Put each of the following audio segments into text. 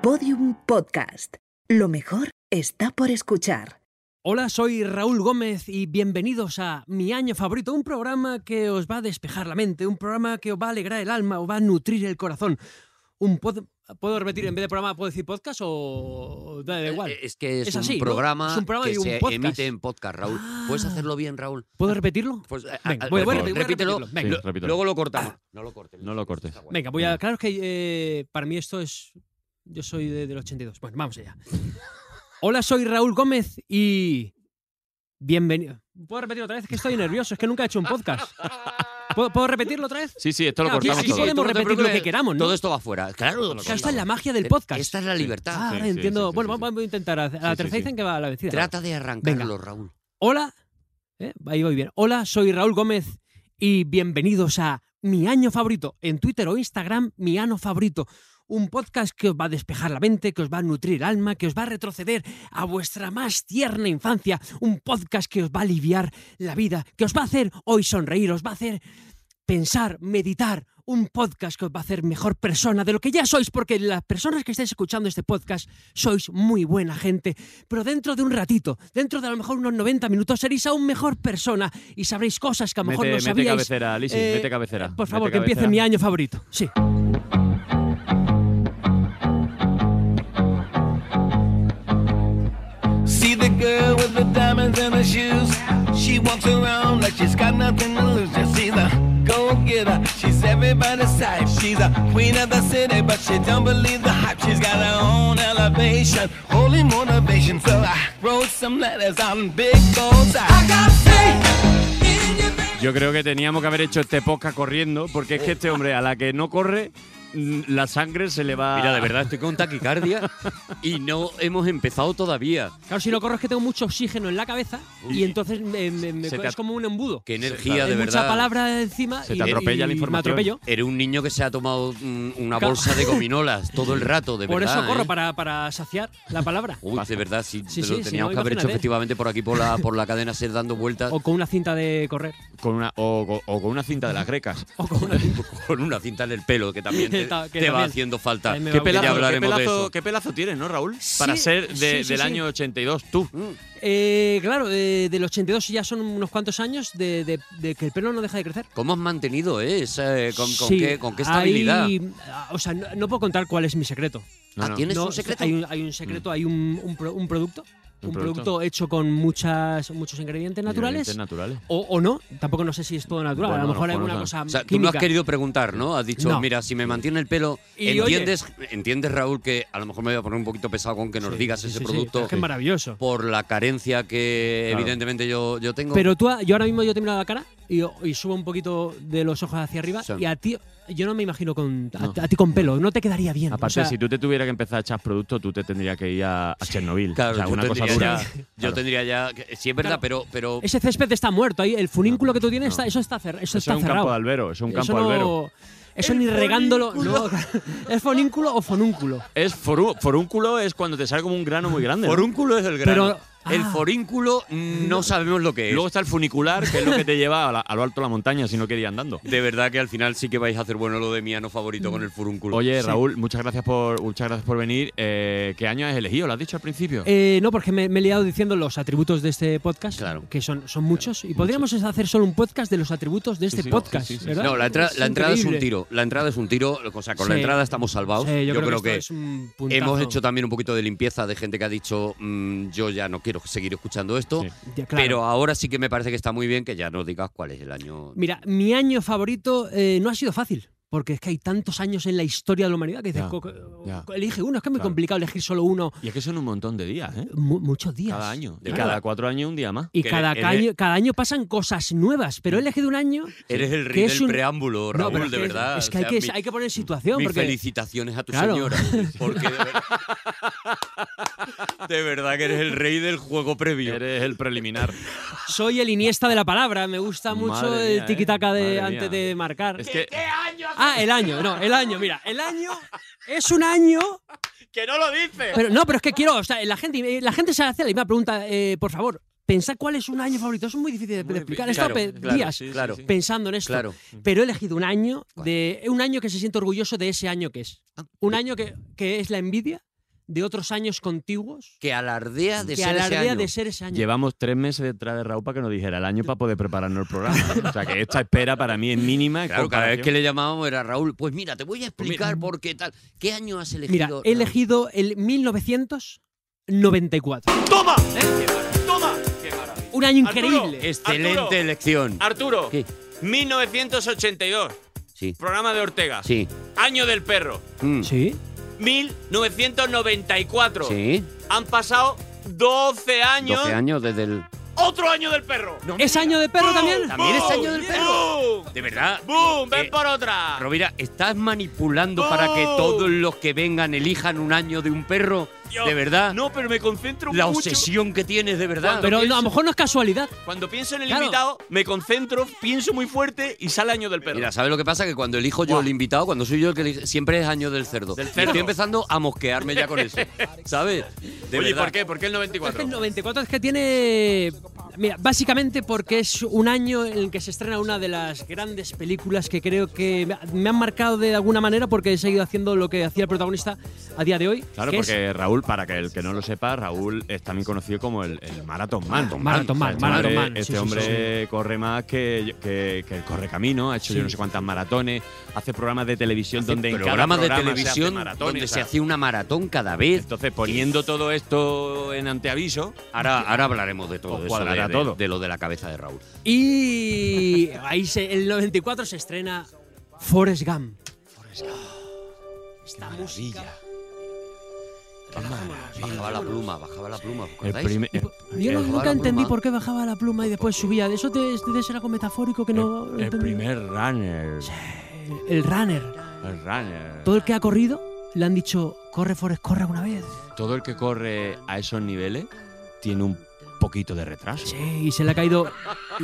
Podium Podcast. Lo mejor está por escuchar. Hola, soy Raúl Gómez y bienvenidos a Mi Año Favorito, un programa que os va a despejar la mente, un programa que os va a alegrar el alma, os va a nutrir el corazón. ¿Puedo repetir, en vez de programa, puedo decir podcast o da igual? Es que es así, un programa, ¿no? Es un programa que y un se podcast. emite en podcast, Raúl. ¿Puedes hacerlo bien, Raúl? ¿Puedo repetirlo? Pues, Venga, voy a repítelo. repetirlo. Venga. Sí, repítelo. Luego lo cortamos. No lo cortes. No lo cortes. Está guay. Venga, claro que para mí esto es... Yo soy del 82. Bueno, vamos allá. Hola, soy Raúl Gómez y... Bienvenido. ¿Puedo repetirlo otra vez? Es que estoy nervioso, es que nunca he hecho un podcast. ¿Puedo repetirlo otra vez? Sí, esto lo Claro, cortamos aquí todo. podemos no te repetir lo preocupes. que queramos, ¿no? Todo esto va fuera. Claro. Claro, esta es la magia del podcast. Esta es la libertad. Ah, Sí, ahora sí, entiendo. sí, Bueno, sí, vamos a intentar. A la Sí, tercera sí, dicen que va a la vencida. Trata de arrancarlo, Venga. Raúl. Hola. Ahí voy bien. Hola, soy Raúl Gómez y bienvenidos a Mi Año Favorito. En Twitter o Instagram, Mi Año Favorito. Un podcast que os va a despejar la mente, que os va a nutrir el alma, que os va a retroceder a vuestra más tierna infancia. Un podcast que os va a aliviar la vida, que os va a hacer hoy sonreír, os va a hacer pensar, meditar. Un podcast que os va a hacer mejor persona de lo que ya sois, porque las personas que estáis escuchando este podcast sois muy buena gente, pero dentro de un ratito, dentro de a lo mejor unos 90 minutos, seréis aún mejor persona y sabréis cosas que a lo mejor no Mete sabíais. cabecera, Lisi, mete cabecera. Por favor, Mete que empiece cabecera. Mi Año Favorito. Sí. See the girl with the diamonds in her shoes. She walks around like she's got nothing to lose. Just see the go-getter. She's everybody's type. She's a queen of the city, but she don't believe the hype. She's got her own elevation, holy motivation. So I wrote some letters on big goals. I got faith in your baby. Yo creo que teníamos que haber hecho este podcast corriendo, porque es que este hombre, a la que no corre, la sangre se le va... Mira, de verdad, estoy con taquicardia y no hemos empezado todavía. Claro, si no corro es que tengo mucho oxígeno en la cabeza y entonces Se te es como un embudo. Qué energía, Hay de mucha verdad. palabra encima Se y, te atropella la y me información. atropello. Eres un niño que se ha tomado una Claro. bolsa de gominolas todo el rato, de Por verdad. eso corro, ¿eh? para saciar la palabra. Uy, de verdad, sí, Sí, lo sí, teníamos sí, que haber hecho imagínate. efectivamente por aquí, por la cadena SER, dando vueltas. O con una cinta de correr. Con con una cinta de las grecas. O con una... Con una cinta en el pelo, que también te, Que te va también. haciendo falta. También me ¿Qué va- pelazo, Ya hablaremos de eso. qué pelazo tienes, ¿no, Raúl? Sí, Para ser sí, del sí. año 82, tú. Claro, del 82 ya son unos cuantos años de que el pelo no deja de crecer. ¿Cómo has mantenido con Sí, qué estabilidad? O sea, no puedo contar cuál es mi secreto. No, no. ¿Tienes No, un secreto? Hay un secreto, hay un producto. ¿Un Un producto? producto hecho con muchos ingredientes naturales. Ingredientes naturales. O no, tampoco no sé si es todo natural. Bueno, a lo mejor no, hay bueno, alguna no. cosa O sea, tú no química. has querido preguntar, ¿no? Has dicho, No. mira, si me mantiene el pelo, Y, entiendes, Raúl, que a lo mejor me voy a poner un poquito pesado con que nos Sí, digas sí, ese sí, sí, producto es que es maravilloso. por la carencia que Claro. evidentemente yo tengo. Pero yo ahora mismo yo te miro la cara y subo un poquito de los ojos hacia arriba Sí. y a ti yo no me imagino No. a ti con pelo, no te quedaría bien. Aparte, o sea, si tú te tuvieras que empezar a echar productos, tú te tendrías que ir a Chernobyl. Claro, o sea, yo una cosa tendría dura. ya- yo Claro. tendría ya. Sí, es verdad, Claro. pero ese césped está muerto ahí, el funículo que tú tienes, No. eso está Eso está es un cerrado. campo de albero, eso es un campo Eso de no- albero. Eso El ni regándolo. forúnculo. No, ¿es fonínculo o fonúnculo? Es forúnculo es cuando te sale como un grano muy grande. ¿no? forúnculo es el grano. Pero- el ah. forínculo no sabemos lo que es. Luego está el funicular, que es lo que te lleva a lo alto de la montaña si no querías andando. De verdad que al final sí que vais a hacer bueno lo de mi ano favorito con el furúnculo. Oye, Sí. Raúl, muchas gracias por venir. ¿Qué año has elegido? ¿Lo has dicho al principio? No, porque me he liado diciendo los atributos de este podcast, Claro. que son muchos, y podríamos hacer solo un podcast de los atributos de este sí, podcast, sí, sí, sí. ¿verdad? No, la entrada es un increíble. tiro. La entrada es un tiro. O sea, con la Sí. entrada estamos salvados. Sí, yo creo esto que es un puntazo. hemos hecho también un poquito de limpieza de gente que ha dicho yo ya no quiero seguir escuchando esto. Sí. Ya, claro. Pero ahora sí que me parece que está muy bien que ya nos digas cuál es el año. Mira, mi año favorito no ha sido fácil. Porque es que hay tantos años en la historia de la humanidad que dices, Ya. elige uno, es que es muy Claro. complicado elegir solo uno. Y es que son un montón de días, ¿eh? Muchos días. Cada año. Y Claro. cada 4 años un día más. Y Que cada año pasan cosas nuevas, pero he elegido un año. Eres el que rey es del un- preámbulo, No, Raúl, pero de verdad. Es que, O sea, hay que poner en situación. mis porque felicitaciones a tu Claro. señora. Porque de verdad, de verdad que eres el rey del juego previo. Eres el preliminar. soy el Iniesta de la palabra. Me gusta mucho Madre el mía, tiki-taka madre antes mía. de marcar. Es que El año. Mira, el año es un año. ¡Que no lo dices! Pero es que quiero, o sea, la gente se hace la misma pregunta, por favor. Pensad cuál es un año favorito. Eso es muy difícil de explicar. He estado días claro. pensando en esto. Claro. Pero he elegido un año que se siente orgulloso de ese año que es. Un año que es la envidia de otros años contiguos Que alardea de que ser ese alardea año. de ser ese año. Llevamos 3 meses detrás de Raúl para que nos dijera el año para poder prepararnos el programa. O sea, que esta espera para mí es mínima. en Claro, cada vez comparación. que le llamábamos era Raúl, pues mira, te voy a explicar por qué tal. ¿Qué año has elegido? Mira, he elegido el 1994. ¡Toma! ¡Toma! ¡Qué maravilla! Un año Arturo, increíble. Excelente Arturo. elección. Arturo, ¿Qué? 1982. Sí, Programa de Ortega. sí. Año del perro. Sí. 1994. Sí. Han pasado 12 años. 12 años desde el... ¡Otro año del perro! ¿Es año de perro también? ¿También es año del perro? ¡Bum! De verdad. ¡Bum! ¡Ven por otra! Rovira, ¿estás manipulando para que todos los que vengan elijan un año de un perro? Yo- ¿De verdad? No, pero me concentro La mucho. obsesión que tienes, de verdad. Cuando- Pero no, a lo mejor no es casualidad. Cuando pienso en el Claro. invitado, me concentro, pienso muy fuerte y sale año del perro. Mira, ¿sabes lo que pasa? Que cuando elijo yo Buah. el invitado, cuando soy yo el que elige, siempre es año del cerdo. Del Y cerdo. estoy empezando a mosquearme ya con eso. ¿Sabes? De Oye, verdad. ¿por qué? ¿Por qué el Es 94? que el 94 es que tiene... Mira, básicamente porque es un año en el que se estrena una de las grandes películas que creo que me han marcado de alguna manera porque he seguido haciendo lo que hacía el protagonista a día de hoy. Claro, que es porque Raúl, para que el que no lo sepa, Raúl es también conocido como el Marathon Man. Marathon Man, O sea, Marathon este Man, hombre- Este sí, sí, hombre corre más que el Correcamino, ha hecho yo no sé cuántas maratones, hace programas de televisión donde en cada Programas de programa se hace televisión maratones, donde o se sea, hacía una maratón cada vez. Entonces, poniendo todo esto en anteaviso, Ahora hablaremos de todo Os eso, cuadrará de, todo. de lo de la cabeza de Raúl. Y ahí el 94 se estrena Forrest Gump. Esta música. Bajaba la pluma, ¿os el acordáis? primer. Yo Bajaba nunca la entendí pluma. por qué bajaba la pluma y después subía. Eso debe ser algo metafórico que no el entendí. primer runner. El runner. El runner. Todo el que ha corrido le han dicho, corre Forrest, corre alguna vez. Todo el que corre a esos niveles tiene un poquito de retraso. Sí, y se le ha caído...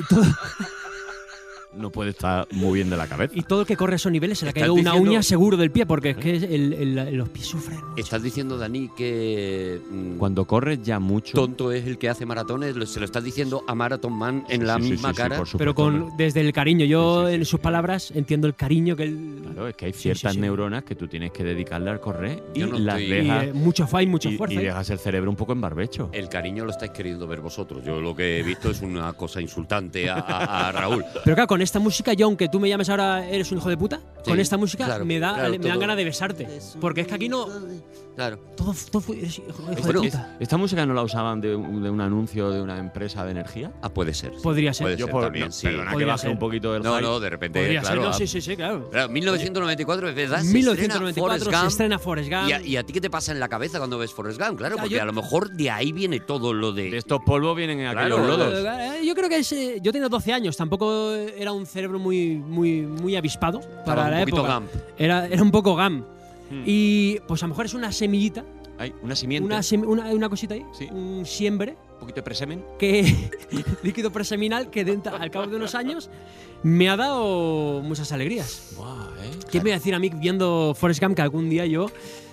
No puede estar muy bien de la cabeza. Y todo el que corre a esos niveles se le ha Estás caído una diciendo- uña seguro del pie, porque es que los pies sufren mucho. Estás diciendo, Dani, que Cuando corres ya mucho. tonto es el que hace maratones. Se lo estás diciendo a Marathon Man en la Sí, sí, misma sí, sí, cara. por supuesto, Pero hombre. desde el cariño. Yo, Sí, sí, sí, en sus palabras, entiendo el cariño que él... Claro, es que hay Sí, ciertas sí, sí. neuronas que tú tienes que dedicarle al correr y Yo no las estoy- Y, dejas mucho fight, mucha y fuerza. ¿eh? dejas el cerebro un poco en barbecho. El cariño lo estáis queriendo ver vosotros. Yo lo que he visto es una cosa insultante a Raúl. Pero claro, con esta música, yo aunque tú me llames ahora eres un hijo de puta, Sí, con esta música claro, me claro, dan todo. ganas de besarte. Porque es que aquí no... Claro. Todo fue... Eres hijo de Bueno, puta. ¿Esta música no la usaban de un anuncio de una empresa de energía? Ah, puede ser. Podría ser. Puede Yo ser por, también, no, sí. Perdona que Podría baje ser. un poquito del No, hype. no, de repente, Podría claro. ser, no, sí, claro. Claro, 1994, es verdad. 1994 se estrena Forrest Gump. ¿Y a ti qué te pasa en la cabeza cuando ves Forrest Gump? Claro, Ya, porque yo- a lo mejor de ahí viene todo lo De de... estos polvos vienen en Claro, aquellos lodos. Yo creo que yo tenía 12 años, tampoco era un cerebro muy avispado para un la poquito época. Gump. Era un poco Gump. Hmm. Y pues a lo mejor es una semillita, Hay una simiente, una cosita ahí, Sí. un siembre, un poquito de presemen. que líquido preseminal que al cabo de unos años me ha dado muchas alegrías. Buah, ¿Qué me iba a decir a mí viendo Forrest Gump que algún día yo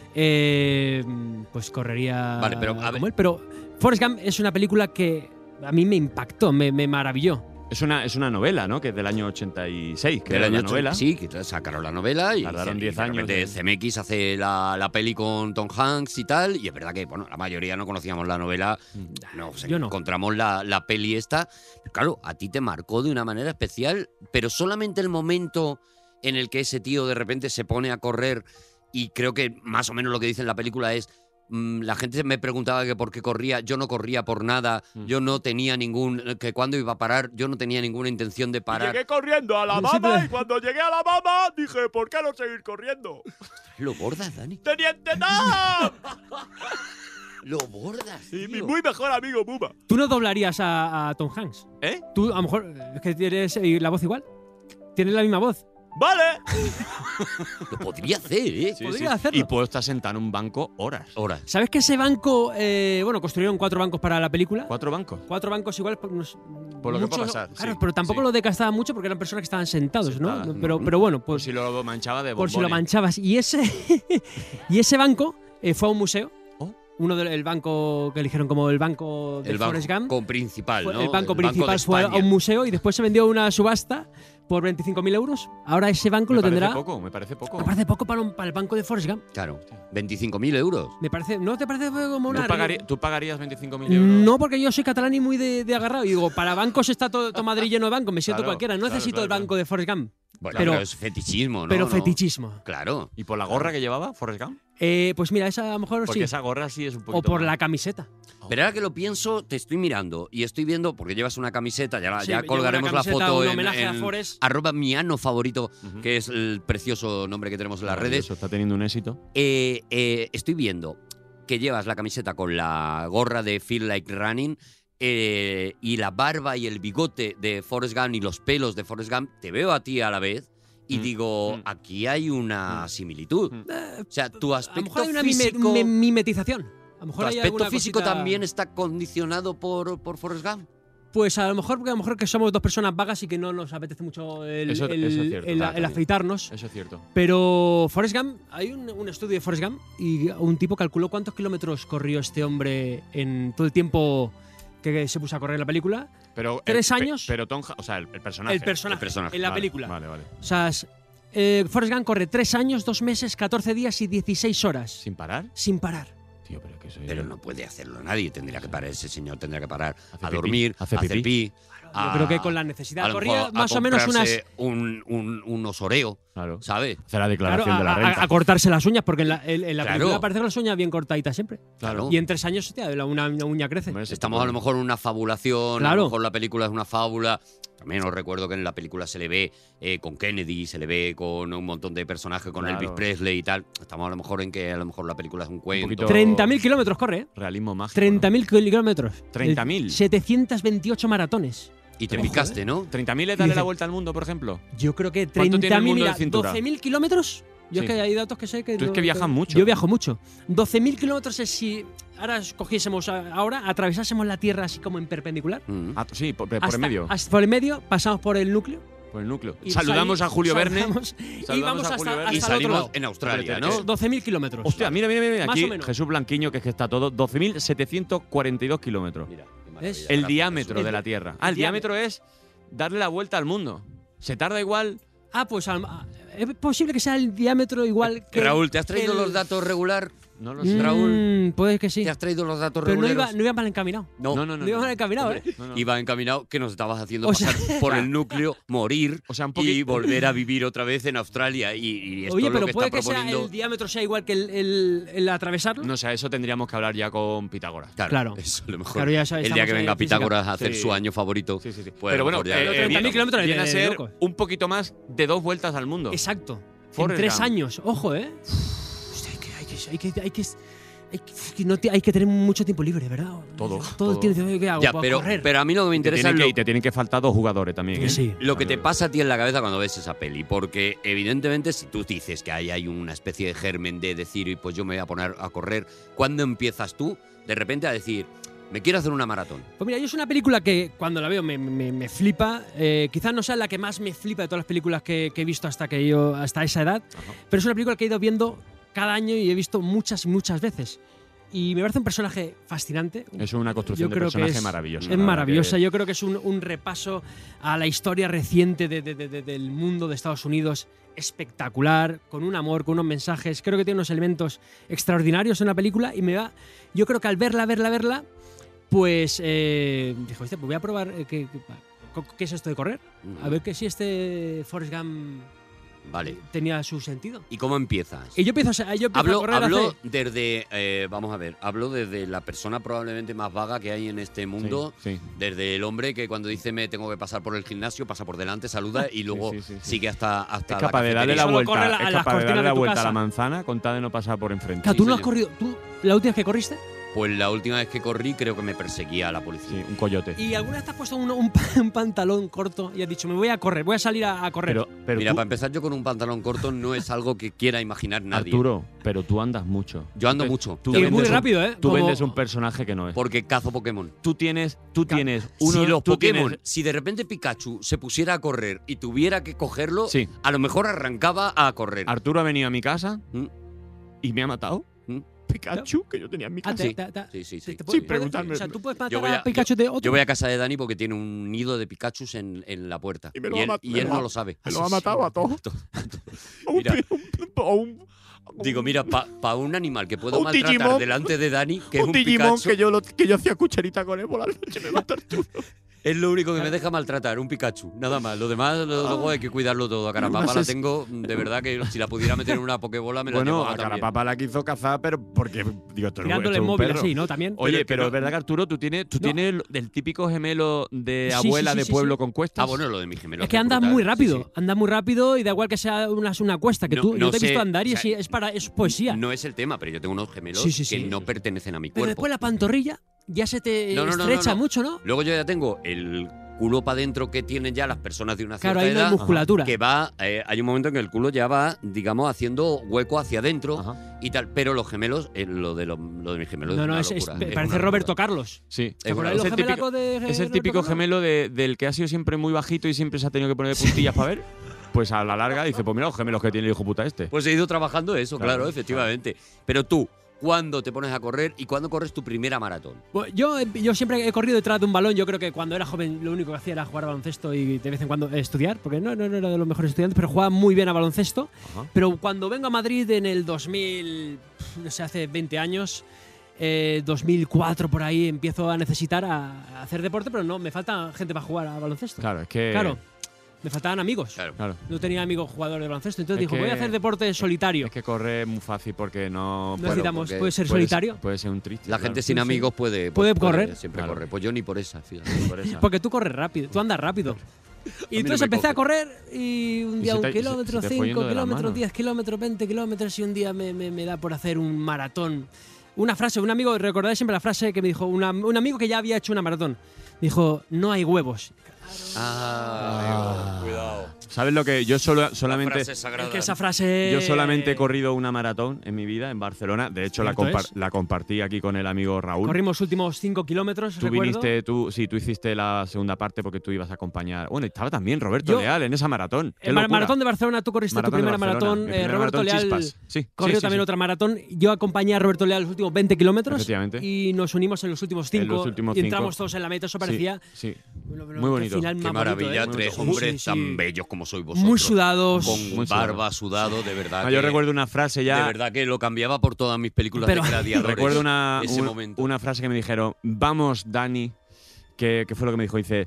pues correría Vale, pero, a ver. como él? Pero Forrest Gump es una película que a mí me impactó, me maravilló. Es una novela, ¿no? Que es del año 86, que Del era año la novela. Sí, que sacaron la novela y Tardaron y 10 de años repente en- CMX hace la peli con Tom Hanks y tal, y es verdad que bueno, la mayoría no conocíamos la novela, Yo no. encontramos la peli esta. Pero claro, a ti te marcó de una manera especial, pero solamente el momento en el que ese tío de repente se pone a correr, y creo que más o menos lo que dice en la película es... La gente me preguntaba que por qué corría, yo no corría por nada, yo no tenía que cuando iba a parar, yo no tenía ninguna intención de parar. Llegué corriendo a la Sí, mama pero- y cuando llegué a la mama dije, ¿por qué no seguir corriendo? Lo bordas, Dani. ¡Teniente Tam! Lo bordas. Y mi tío. muy mejor amigo Buma. ¿Tú no doblarías a Tom Hanks? ¿Eh? Tú a lo mejor es que tienes la voz igual. Tienes la misma voz. ¡Vale! Lo podría hacer, ¿eh? Sí, Podría sí. hacerlo. Y puedo estar sentado en un banco horas. Ahora. ¿Sabes que ese banco, construyeron 4 bancos para la película? 4 bancos. 4 bancos igual Por lo que pueda muchos- pasar, Claro, sí, pero tampoco sí. lo desgastaban mucho porque eran personas que estaban sentados, Sentadas, ¿no? ¿no? Pero bueno, Por pues si lo manchaba de por si lo bombones. manchabas. Y ese banco fue a un museo. Oh. El banco que eligieron como el banco de El Forrest Gump. banco principal, ¿no? El banco de principal fue a España. un museo y después se vendió una subasta por 25.000 euros. Ahora ese banco Me lo parece tendrá. poco, me parece poco. Me parece poco para el banco de Forrest Gump. Claro, 25.000 euros. Me parece, ¿no te parece como una? ¿Tú pagarías 25.000 euros? No, porque yo soy catalán y muy de agarrado. Y digo, para bancos está todo Madrid lleno de bancos. Me siento Claro, cualquiera. No claro, necesito claro, el banco de Forrest Gump. Bueno, Pero- pero es fetichismo, ¿no? pero ¿No? fetichismo. Claro. ¿Y por la gorra que llevaba Forrest Gump? Pues mira, esa a lo mejor Porque sí. esa gorra sí es un poquito O por más. la camiseta. Pero ahora que lo pienso, te estoy mirando y estoy viendo, porque llevas una camiseta, ya Sí, ya llevo colgaremos una la camiseta, foto un en, homenaje a en Forrest. @mianofavorito, Ujú. que es el precioso nombre que tenemos en las redes. Eso está teniendo un éxito. Estoy viendo que llevas la camiseta con la gorra de Feel Like Running y la barba y el bigote de Forrest Gump y los pelos de Forrest Gump. Te veo a ti a la vez y digo, aquí hay una similitud. O sea, tu A lo aspecto mejor hay una físico, mimetización. A lo mejor tu hay aspecto alguna físico cosita- también está condicionado por Forrest Gump. Pues a lo mejor, porque a lo mejor que somos dos personas vagas y que no nos apetece mucho el, Eso es cierto, el también. afeitarnos. Eso es cierto. Pero Forrest Gump, hay un estudio de Forrest Gump y un tipo calculó cuántos kilómetros corrió este hombre en todo el tiempo que se puso a correr en la película. Pero, 3 años. Pero o sea, el personaje. El personaje en la Vale, película. Vale. O sea, Forrest Gump corre 3 años, 2 meses, 14 días y 16 horas. ¿Sin parar? Sin parar. Tío, pero que eso es. Pero no puede hacerlo nadie. Tendría que parar ese señor, tendría que parar Hace a pipí, dormir, hace a hacer pipí. pipí. Yo creo que con la necesidad a lo corría mejor a más o menos unas. comprarse un osoreo, Claro. ¿sabes? Hacer la Claro, declaración de la renta. a cortarse las uñas, porque en la Claro. película parece que las uñas bien cortaditas siempre. Claro. Y en 3 años, hostia, una uña crece. Hombre, eso Estamos a lo mejor en una fabulación, a Claro. lo mejor la película es una fábula. También os recuerdo que en la película se le ve con Kennedy, se le ve con un montón de personajes, con Claro. Elvis Presley y tal. Estamos a lo mejor en que a lo mejor la película es un cuento. poquito- 30.000 kilómetros corre, ¿eh? Realismo mágico. 30.000 kilómetros. 30.000. 728 maratones. Y te Ojo, picaste, ¿no? 30.000 es Y darle dice- la vuelta al mundo, por ejemplo. Yo creo que ¿Cuánto tiene el 30.000, mundo de mira, cintura? 12.000 kilómetros. Yo Sí. es que hay datos que sé que. Tú es que viajas mucho. Yo viajo mucho. 12.000 kilómetros es si ahora cogiésemos, ahora atravesásemos la Tierra así como en perpendicular. Mm. Ah, sí, por el Hasta- medio. Por el medio, pasamos por el núcleo. Por el núcleo. y Saludamos a Julio Verne. saludamos y Saludamos vamos a Julio hasta, Verne. Y hasta el otro salimos lado. en Australia, Hombre, ¿no? 12.000 kilómetros. Hostia, mira. Más Aquí o menos. Jesús Blanquiño, que es que está todo. 12.742 kilómetros. Mira, qué maravilla. Es El Gracias, diámetro Jesús. de la Tierra. Ah, el diámetro es darle la vuelta al mundo. Se tarda igual. Pues es posible que sea el diámetro igual que. Raúl, ¿te has traído el- los datos regular? No lo sé. Raúl, Puede que sí. ¿te has traído los datos Pero no regulares? iba mal encaminado. No, No iba mal encaminado, ¿eh? No, no. Iba encaminado que nos estabas haciendo O sea- pasar por el núcleo, morir O sea, un y poquito. volver a vivir otra vez en Australia. Y esto Oye, es lo pero que puede está que sea proponiendo. el diámetro sea igual que el atravesarlo. No sé, eso tendríamos que hablar ya con Pitágoras. Claro. Eso, a lo mejor. Claro, ya sabes, el día estamos que venga en física. Pitágoras a hacer Sí. su año favorito. Sí. pues a Pero lo bueno, mejor ya- Pero 30.000 viene- kilómetros viene a de ser locos. un poquito más de 2 vueltas al mundo. Exacto. Forrest en 3 Gump. años. Ojo, ¿eh? Hostia, hay que tener mucho tiempo libre, ¿verdad? Todo, Todo todo. el tiempo. ¿Qué hago? Ya, Pues pero, correr. pero a mí lo que me Te interesa tienen, es que, lo, y te tienen que faltar 2 jugadores también. ¿eh? Sí. lo que te pasa a ti en la cabeza cuando ves esa peli. Porque evidentemente si tú dices que ahí hay una especie de germen de decir, pues yo me voy a poner a correr, ¿cuándo empiezas tú de repente a decir, me quiero hacer una maratón? Pues mira, yo es una película que cuando la veo me flipa. Quizás no sea la que más me flipa de todas las películas que he visto hasta esa edad. Ajá. Pero es una película que he ido viendo cada año y he visto muchas y muchas veces. Y me parece un personaje fascinante. Es una construcción Yo de creo que personaje es- maravillosa. Es la verdad maravillosa. que- Yo creo que es un repaso a la historia reciente del mundo de Estados Unidos. Espectacular, con un amor, con unos mensajes. Creo que tiene unos elementos extraordinarios en la película. Y yo creo que al verla, pues dije, hostia, pues voy a probar qué es esto de correr. A ver que si Forrest Gump Vale. tenía su sentido. ¿Y cómo empiezas? Y yo empiezo a correr Hablo hace- desde, vamos a ver, hablo desde la persona probablemente más vaga que hay en este mundo, Sí. desde el hombre que cuando dice me tengo que pasar por el gimnasio, pasa por delante, saluda y luego sí. sigue hasta Es la capaz de darle la cafetería. Solo vuelta, corre es a las capaz de cortinas darle de la tu vuelta a casa. la manzana con tal de no pasar por enfrente. Claro, tú no has señor. corrido. ¿Tú, la última vez que corriste? Pues la última vez que corrí creo que me perseguía la policía. Sí, un coyote. ¿Y alguna vez te has puesto un pantalón corto y has dicho, me voy a correr, voy a salir a correr? Pero Mira, tú, para empezar yo con un pantalón corto no es algo que quiera imaginar nadie. Arturo, pero tú andas mucho. Yo ando Tú te- mucho. Tú Y vendes muy un- rápido, ¿eh? Tú Como- vendes un personaje que no es. Porque cazo Pokémon. Tú tienes Si los tú Pokémon, tienes- si de repente Pikachu se pusiera a correr y tuviera que cogerlo, Sí. a lo mejor arrancaba a correr. Arturo ha venido a mi casa ¿Mm? y me ha matado. ¿Mm? Pikachu que yo tenía en mi casa. Sí. Sí, preguntarme. O sea, tú puedes Yo matar voy a Pikachu de otro. Yo voy a casa de Dani porque tiene un nido de Pikachus en la puerta. Y me lo ha matado. Y él no lo sabe. Me lo ha matado a todos. Mira, Un digo, mira, para un animal que puedo Un maltratar Digimon. delante de Dani, que es un Digimon Pikachu, que yo hacía cucharita con él por la noche, me va a estar chulo. es lo único que me deja maltratar, un Pikachu. Nada más. Lo demás, luego hay que cuidarlo todo. A Carapapa la tengo, de verdad que si la pudiera meter en una Pokébola me la Bueno, llevaba a también. Carapapa la quiso cazar, pero porque, digo, esto Tirándole es un móvil perro. así, ¿no? También. Oye, Pero pero es verdad que Arturo, tú tienes el típico gemelo de Sí, abuela sí, de sí, pueblo sí. con cuestas. Ah, bueno, lo de mi gemelo. Es que andas brutal. muy rápido, Sí, sí. andas muy rápido y da igual que sea una cuesta, que No- tú, no yo te he visto sé, andar y o sea, es poesía. No es el tema, pero yo tengo unos gemelos Sí, sí, que sí. no pertenecen a mi Pero cuerpo. después la pantorrilla ya se te No. estrecha mucho, ¿no? Luego yo ya tengo el culo para adentro que tienen ya las personas de una Claro, cierta ahí no hay edad. musculatura. Que va, hay un momento en que el culo ya va, digamos, haciendo hueco hacia adentro Ajá. y tal. Pero los gemelos, lo de mis gemelos No, es no, una es, locura. Es parece una Roberto locura. Carlos. Sí. ¿Te acuerdas de los gemelacos de Es el Roberto típico Carlos? gemelo del que ha sido siempre muy bajito y siempre se ha tenido que poner de puntillas para ver. Pues a la larga dice, pues mira los gemelos que tiene el hijo puta este. Pues he ido trabajando eso, Claro, claro, efectivamente. Pero tú, ¿cuándo te pones a correr y cuándo corres tu primera maratón? Pues yo siempre he corrido detrás de un balón. Yo creo que cuando era joven lo único que hacía era jugar a baloncesto y de vez en cuando estudiar, porque no era de los mejores estudiantes, pero jugaba muy bien a baloncesto. Ajá. Pero cuando vengo a Madrid en el 2000, no sé, hace 20 años, 2004 por ahí, empiezo a necesitar a hacer deporte, pero no, me falta gente para jugar a baloncesto. Claro, es que. Claro, me faltaban amigos. Claro. No tenía amigos jugadores de baloncesto, entonces Es dijo, voy a que- hacer deporte solitario. Es que correr es muy fácil porque no. No necesitamos, porque puede ser puede- solitario. Puede ser un triste. La claro. gente sin Sí, sí. amigos puede correr. Siempre Claro. corre. Pues yo ni por esa, fíjate. Por esa. Porque tú corres rápido, tú andas rápido. Y no entonces me empecé a coge. correr y un día se un te- kilómetro, se te fue 5 yendo de las kilómetros, manos. 10 kilómetros, 20 kilómetros y un día me da por hacer un maratón. Una frase, un amigo, recordáis siempre la frase que me dijo un amigo que ya había hecho una maratón. Dijo, no hay huevos. Cuidado. ¿Sabes lo que yo solamente Frase sagrada. Es que esa frase… yo solamente he corrido una maratón en mi vida en Barcelona? De hecho, Cierto es. la compartí aquí con el amigo Raúl. Corrimos los últimos 5 kilómetros, Tú recuerdo. viniste, tú hiciste la segunda parte porque tú ibas a acompañar. Bueno, estaba también Roberto Yo- Leal en esa maratón. ¡Qué El locura! maratón de Barcelona, tú corriste Maratón tu de primera Barcelona, maratón. mi primera Roberto maratón, Leal Chispas. Sí, corrió sí, también sí. otra maratón. Yo acompañé a Roberto Leal los últimos 20 kilómetros Efectivamente. y nos unimos en los últimos 5 En los últimos y entramos 5. todos en la meta. Eso Sí, parecía… sí. Bueno, Muy bonito. qué final Qué más maravilla, bonito, ¿eh? tres Muy- hombres sí, sí. tan bellos como sois vosotros. Muy sudados. Con Muy barba, sudado, de verdad. No, yo que- recuerdo una frase De ya. verdad que lo cambiaba por todas mis películas Pero- de gladiadores. Recuerdo ese momento. una frase que me dijeron, vamos, Dani, que fue lo que me dijo, dice,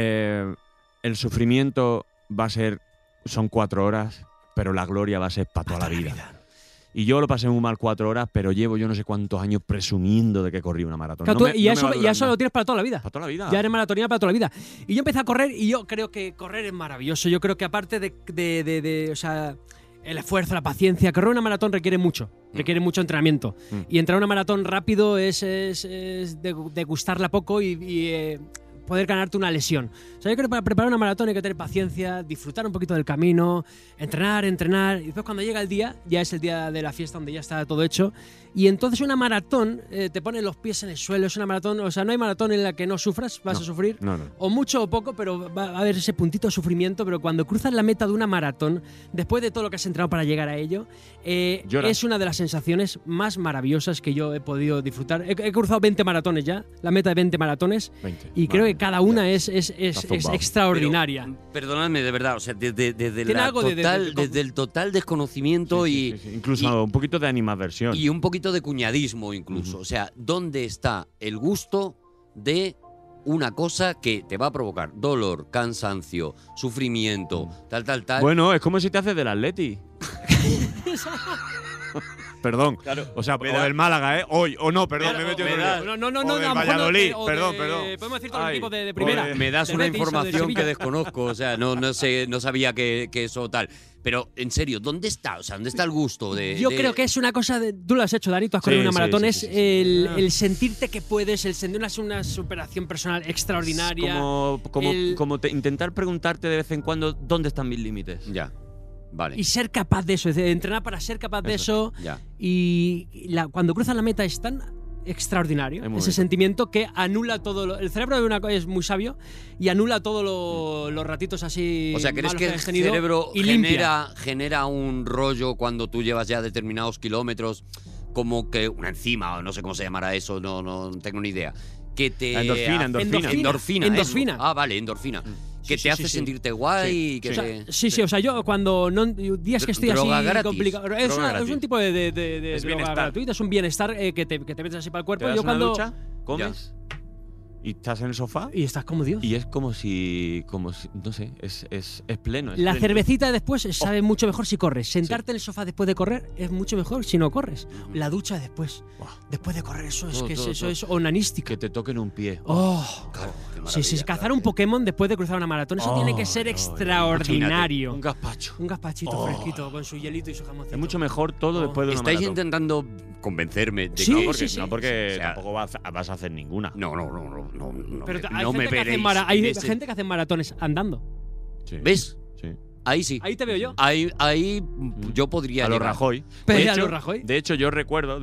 el sufrimiento son 4 horas, pero la gloria va a ser para toda la vida. Y yo lo pasé muy mal 4 horas, pero llevo yo no sé cuántos años presumiendo de que corrí una maratón. Claro, No tú- me- y no me eso, va a y durar eso más. lo tienes para toda la vida. Para toda la vida. Ya eres maratonista para toda la vida. Y yo empecé a correr y yo creo que correr es maravilloso. Yo creo que aparte o sea, el esfuerzo, la paciencia, correr una maratón requiere mucho entrenamiento. Mm. Y entrar a una maratón rápido es degustarla poco y poder ganarte una lesión. O sea, yo creo que para preparar una maratón hay que tener paciencia, disfrutar un poquito del camino, entrenar. Y después cuando llega el día, ya es el día de la fiesta donde ya está todo hecho. Y entonces una maratón te pone los pies en el suelo. Es una maratón, o sea, no hay maratón en la que no sufras, vas a sufrir. No. O mucho o poco, pero va a haber ese puntito de sufrimiento. Pero cuando cruzas la meta de una maratón, después de todo lo que has entrenado para llegar a ello, Lloras. es una de las sensaciones más maravillosas que yo he podido disfrutar. He cruzado 20 maratones ya, la meta de 20 maratones, 20. y creo que cada una es zumbado. extraordinaria. Pero, perdonadme, de verdad, o sea, desde Tiene la algo de- desde el total desconocimiento Sí, sí. Incluso un poquito de animadversión. y un poquito de cuñadismo incluso. O sea, ¿dónde está el gusto de una cosa que te va a provocar dolor, cansancio, sufrimiento, tal? Bueno, es como si te haces del Atleti. Perdón. Claro, O sea, me o da- del Málaga, ¿eh? Hoy, o no, perdón, Claro, me he metido me en da- el- No, o del a lo mejor Valladolid, no, perdón. Podemos decir todos los Ay, equipos de o primera. Me das del una Betis o del información Sevilla. que desconozco, o sea, no sé, no sabía que eso tal. Pero, en serio, ¿dónde está? O sea, ¿dónde está el gusto de...? Yo creo que es una cosa de… Tú lo has hecho, Dani, tú has corrido Sí, una sí, maratón. sí, es sí, sí. el sentirte que puedes, el sentir una superación personal extraordinaria. Intentar preguntarte de vez en cuando dónde están mis límites. Ya, vale. Y ser capaz de eso, es decir, entrenar para ser capaz de eso. Ya. Y cuando cruzas la meta es tan extraordinario Es muy ese bonito. sentimiento que anula todo. El cerebro es muy sabio y anula todos los ratitos así. O sea, ¿crees malos que el hayas tenido cerebro y limpia. genera un rollo cuando tú llevas ya determinados kilómetros como que una enzima, o no sé cómo se llamará eso, no tengo ni idea. Que te Endorfina. Endorfina. Ah, vale, endorfina. Que te hace sentirte guay. Que o sea, yo cuando días que estoy droga así gratis. complicado. Es un tipo de droga gratuita, es un bienestar que te metes así para el cuerpo. Te das Yo una cuando ducha, comes y estás en el sofá y estás como Dios. y es como si no sé, es pleno. Es La plenitud. cervecita después sabe mucho mejor si corres. Sentarte en el sofá después de correr es mucho mejor si no corres. La ducha después. Después de correr, eso es onanístico. Que te toquen un pie. Oh. Claro, qué Sí, maravilla, cazar claro. un Pokémon después de cruzar una maratón, eso tiene que ser extraordinario. Un gazpacho. Un gazpachito fresquito con su hielito y su jamoncito. Es mucho mejor todo después de una Estáis maratón. intentando convencerme de Sí, que No porque O sea, tampoco vas a hacer ninguna. No. Pero hay no gente me que hace veréis. hay en ese- gente que hace maratones andando. Sí. ¿Ves? Sí. Ahí sí. Ahí te veo yo. Ahí yo podría A los llegar. Rajoy. Pero a los Rajoy. De hecho, yo recuerdo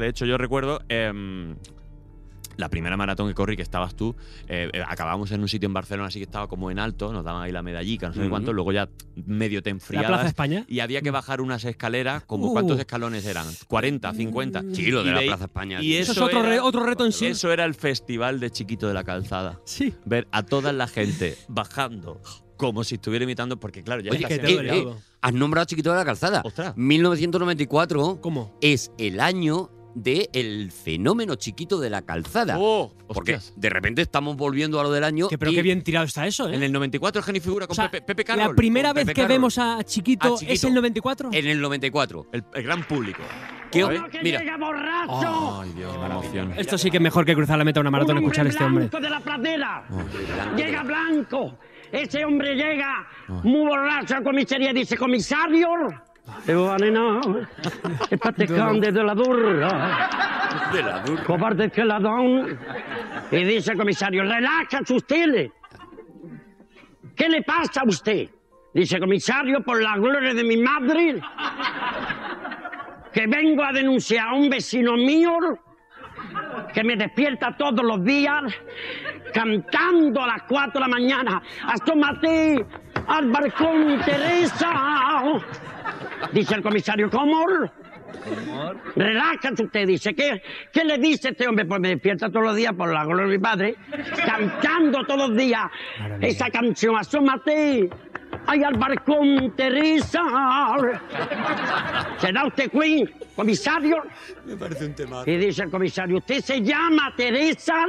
la primera maratón que corrí, que estabas tú, acabamos en un sitio en Barcelona, así que estaba como en alto, nos daban ahí la medallica, no sé cuánto, luego ya medio te La enfriabas. Plaza España. Y había que bajar unas escaleras, como ¿cuántos escalones eran? 40, 50. Sí, lo de Y la ahí- Plaza España. Y Eso es eso otro era- otro reto en sí. Eso era el festival de Chiquito de la Calzada. Sí. Ver a toda la gente bajando como si estuviera imitando, porque claro, ya Oye, estás que te duele en- todo. has nombrado Chiquito de la Calzada. Ostras. 1994 ¿Cómo? es el año del fenómeno Chiquito de la Calzada. ¡Oh! Porque Hostias. de repente estamos volviendo a lo del año. Pero y qué bien tirado está eso, ¿eh? En el 94 Geni figura con O sea, Pepe Carroll. la primera con vez Pepe que Carroll. vemos a Chiquito, A Chiquito. es el 94. En el 94. El gran público. ¿Qué- ¿Sabes? Mira, Ay, Dios, qué emoción. Esto sí que es mejor que cruzar la meta de una maratón escuchar a este hombre. Blanco de la pradera. Blanco de Llega la- Blanco. Ese hombre llega muy borracho a la comisaría y dice, comisario. Digo, vale, no. Estate grande de la dura. de la dura. Cobarde que ladrón. Y dice el comisario, relájese usted. ¿Qué le pasa a usted? Dice, comisario, por la gloria de mi madre, que vengo a denunciar a un vecino mío que me despierta todos los días cantando a las 4 de la mañana. Asómate al balcón, Teresa. Dice el comisario, ¿cómo? Relájate usted, dice. ¿Qué le dice este hombre? Pues me despierta todos los días por la gloria de mi padre, cantando todos los días esa canción. Asómate ahí al balcón, Teresa. ¿Será usted Queen, comisario? Me parece un tema. Y dice el comisario, ¿usted se llama Teresa?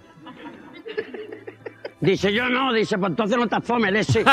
Dice, yo no. Dice, pues entonces no te afomes, ese.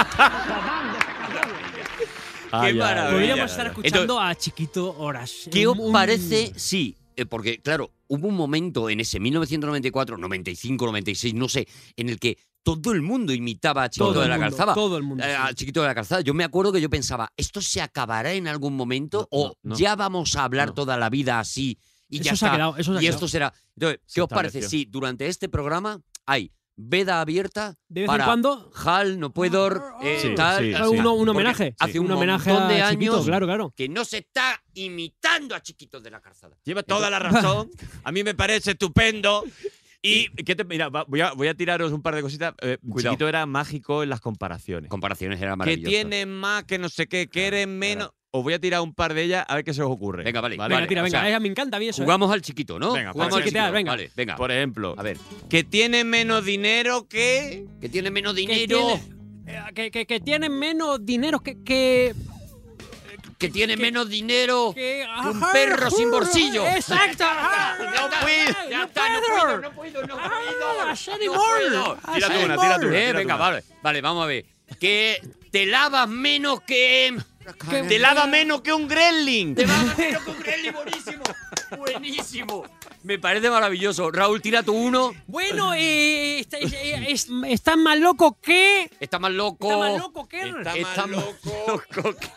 Qué maravilla. Podríamos estar escuchando Entonces, a Chiquito horas. ¿qué os Un- parece? Sí, porque claro, hubo un momento en ese 1994, 95, 96, no sé, en el que todo el mundo imitaba a Chiquito Todo de el la mundo, Calzada. todo el mundo, sí. A Chiquito de la Calzada. Yo me acuerdo que yo pensaba, ¿esto se acabará en algún momento? ¿O no. ya vamos a hablar No. toda la vida así y Eso ya se ha está? quedado, eso se ha y quedado. esto será. Entonces, Se ¿qué os parece estableció. si durante este programa hay veda abierta De vez para en cuando Hal, no puedo, Sí, tal? sí, Ah, sí. un Porque homenaje. Hace un homenaje montón de a Chiquito, años claro. que no se está imitando a Chiquito de la Calzada. Lleva toda la razón. A mí me parece estupendo. Y mira, voy a tiraros un par de cositas. Cuidado. Chiquito era mágico en las comparaciones. Comparaciones era Que maravilloso. tiene más, que no sé qué, que eres menos. Os voy a tirar un par de ellas a ver qué se os ocurre. Venga, vale. Venga, tira, o venga. sea, Me encanta a mí eso. Jugamos al chiquito, ¿no? Venga, Jugamos para al chiquitear, chiquito. venga. Vale, venga. Por ejemplo, A ver, que tiene menos dinero que. que tiene menos Que dinero, que tienen menos dinero que tiene menos dinero que un perro sin bolsillo. Exacto. No puedo, ya está, no puedo. No puedo. Tira tú una, tira tú una. Venga, vale, vamos a ver. Que te lavas menos que... Te lava menos que un gremlin. Te lavas menos que un gremlin, buenísimo. Buenísimo. Me parece maravilloso. Raúl, tira tú uno. Bueno, está más loco que... Está más loco. Está más loco que... Está más loco que...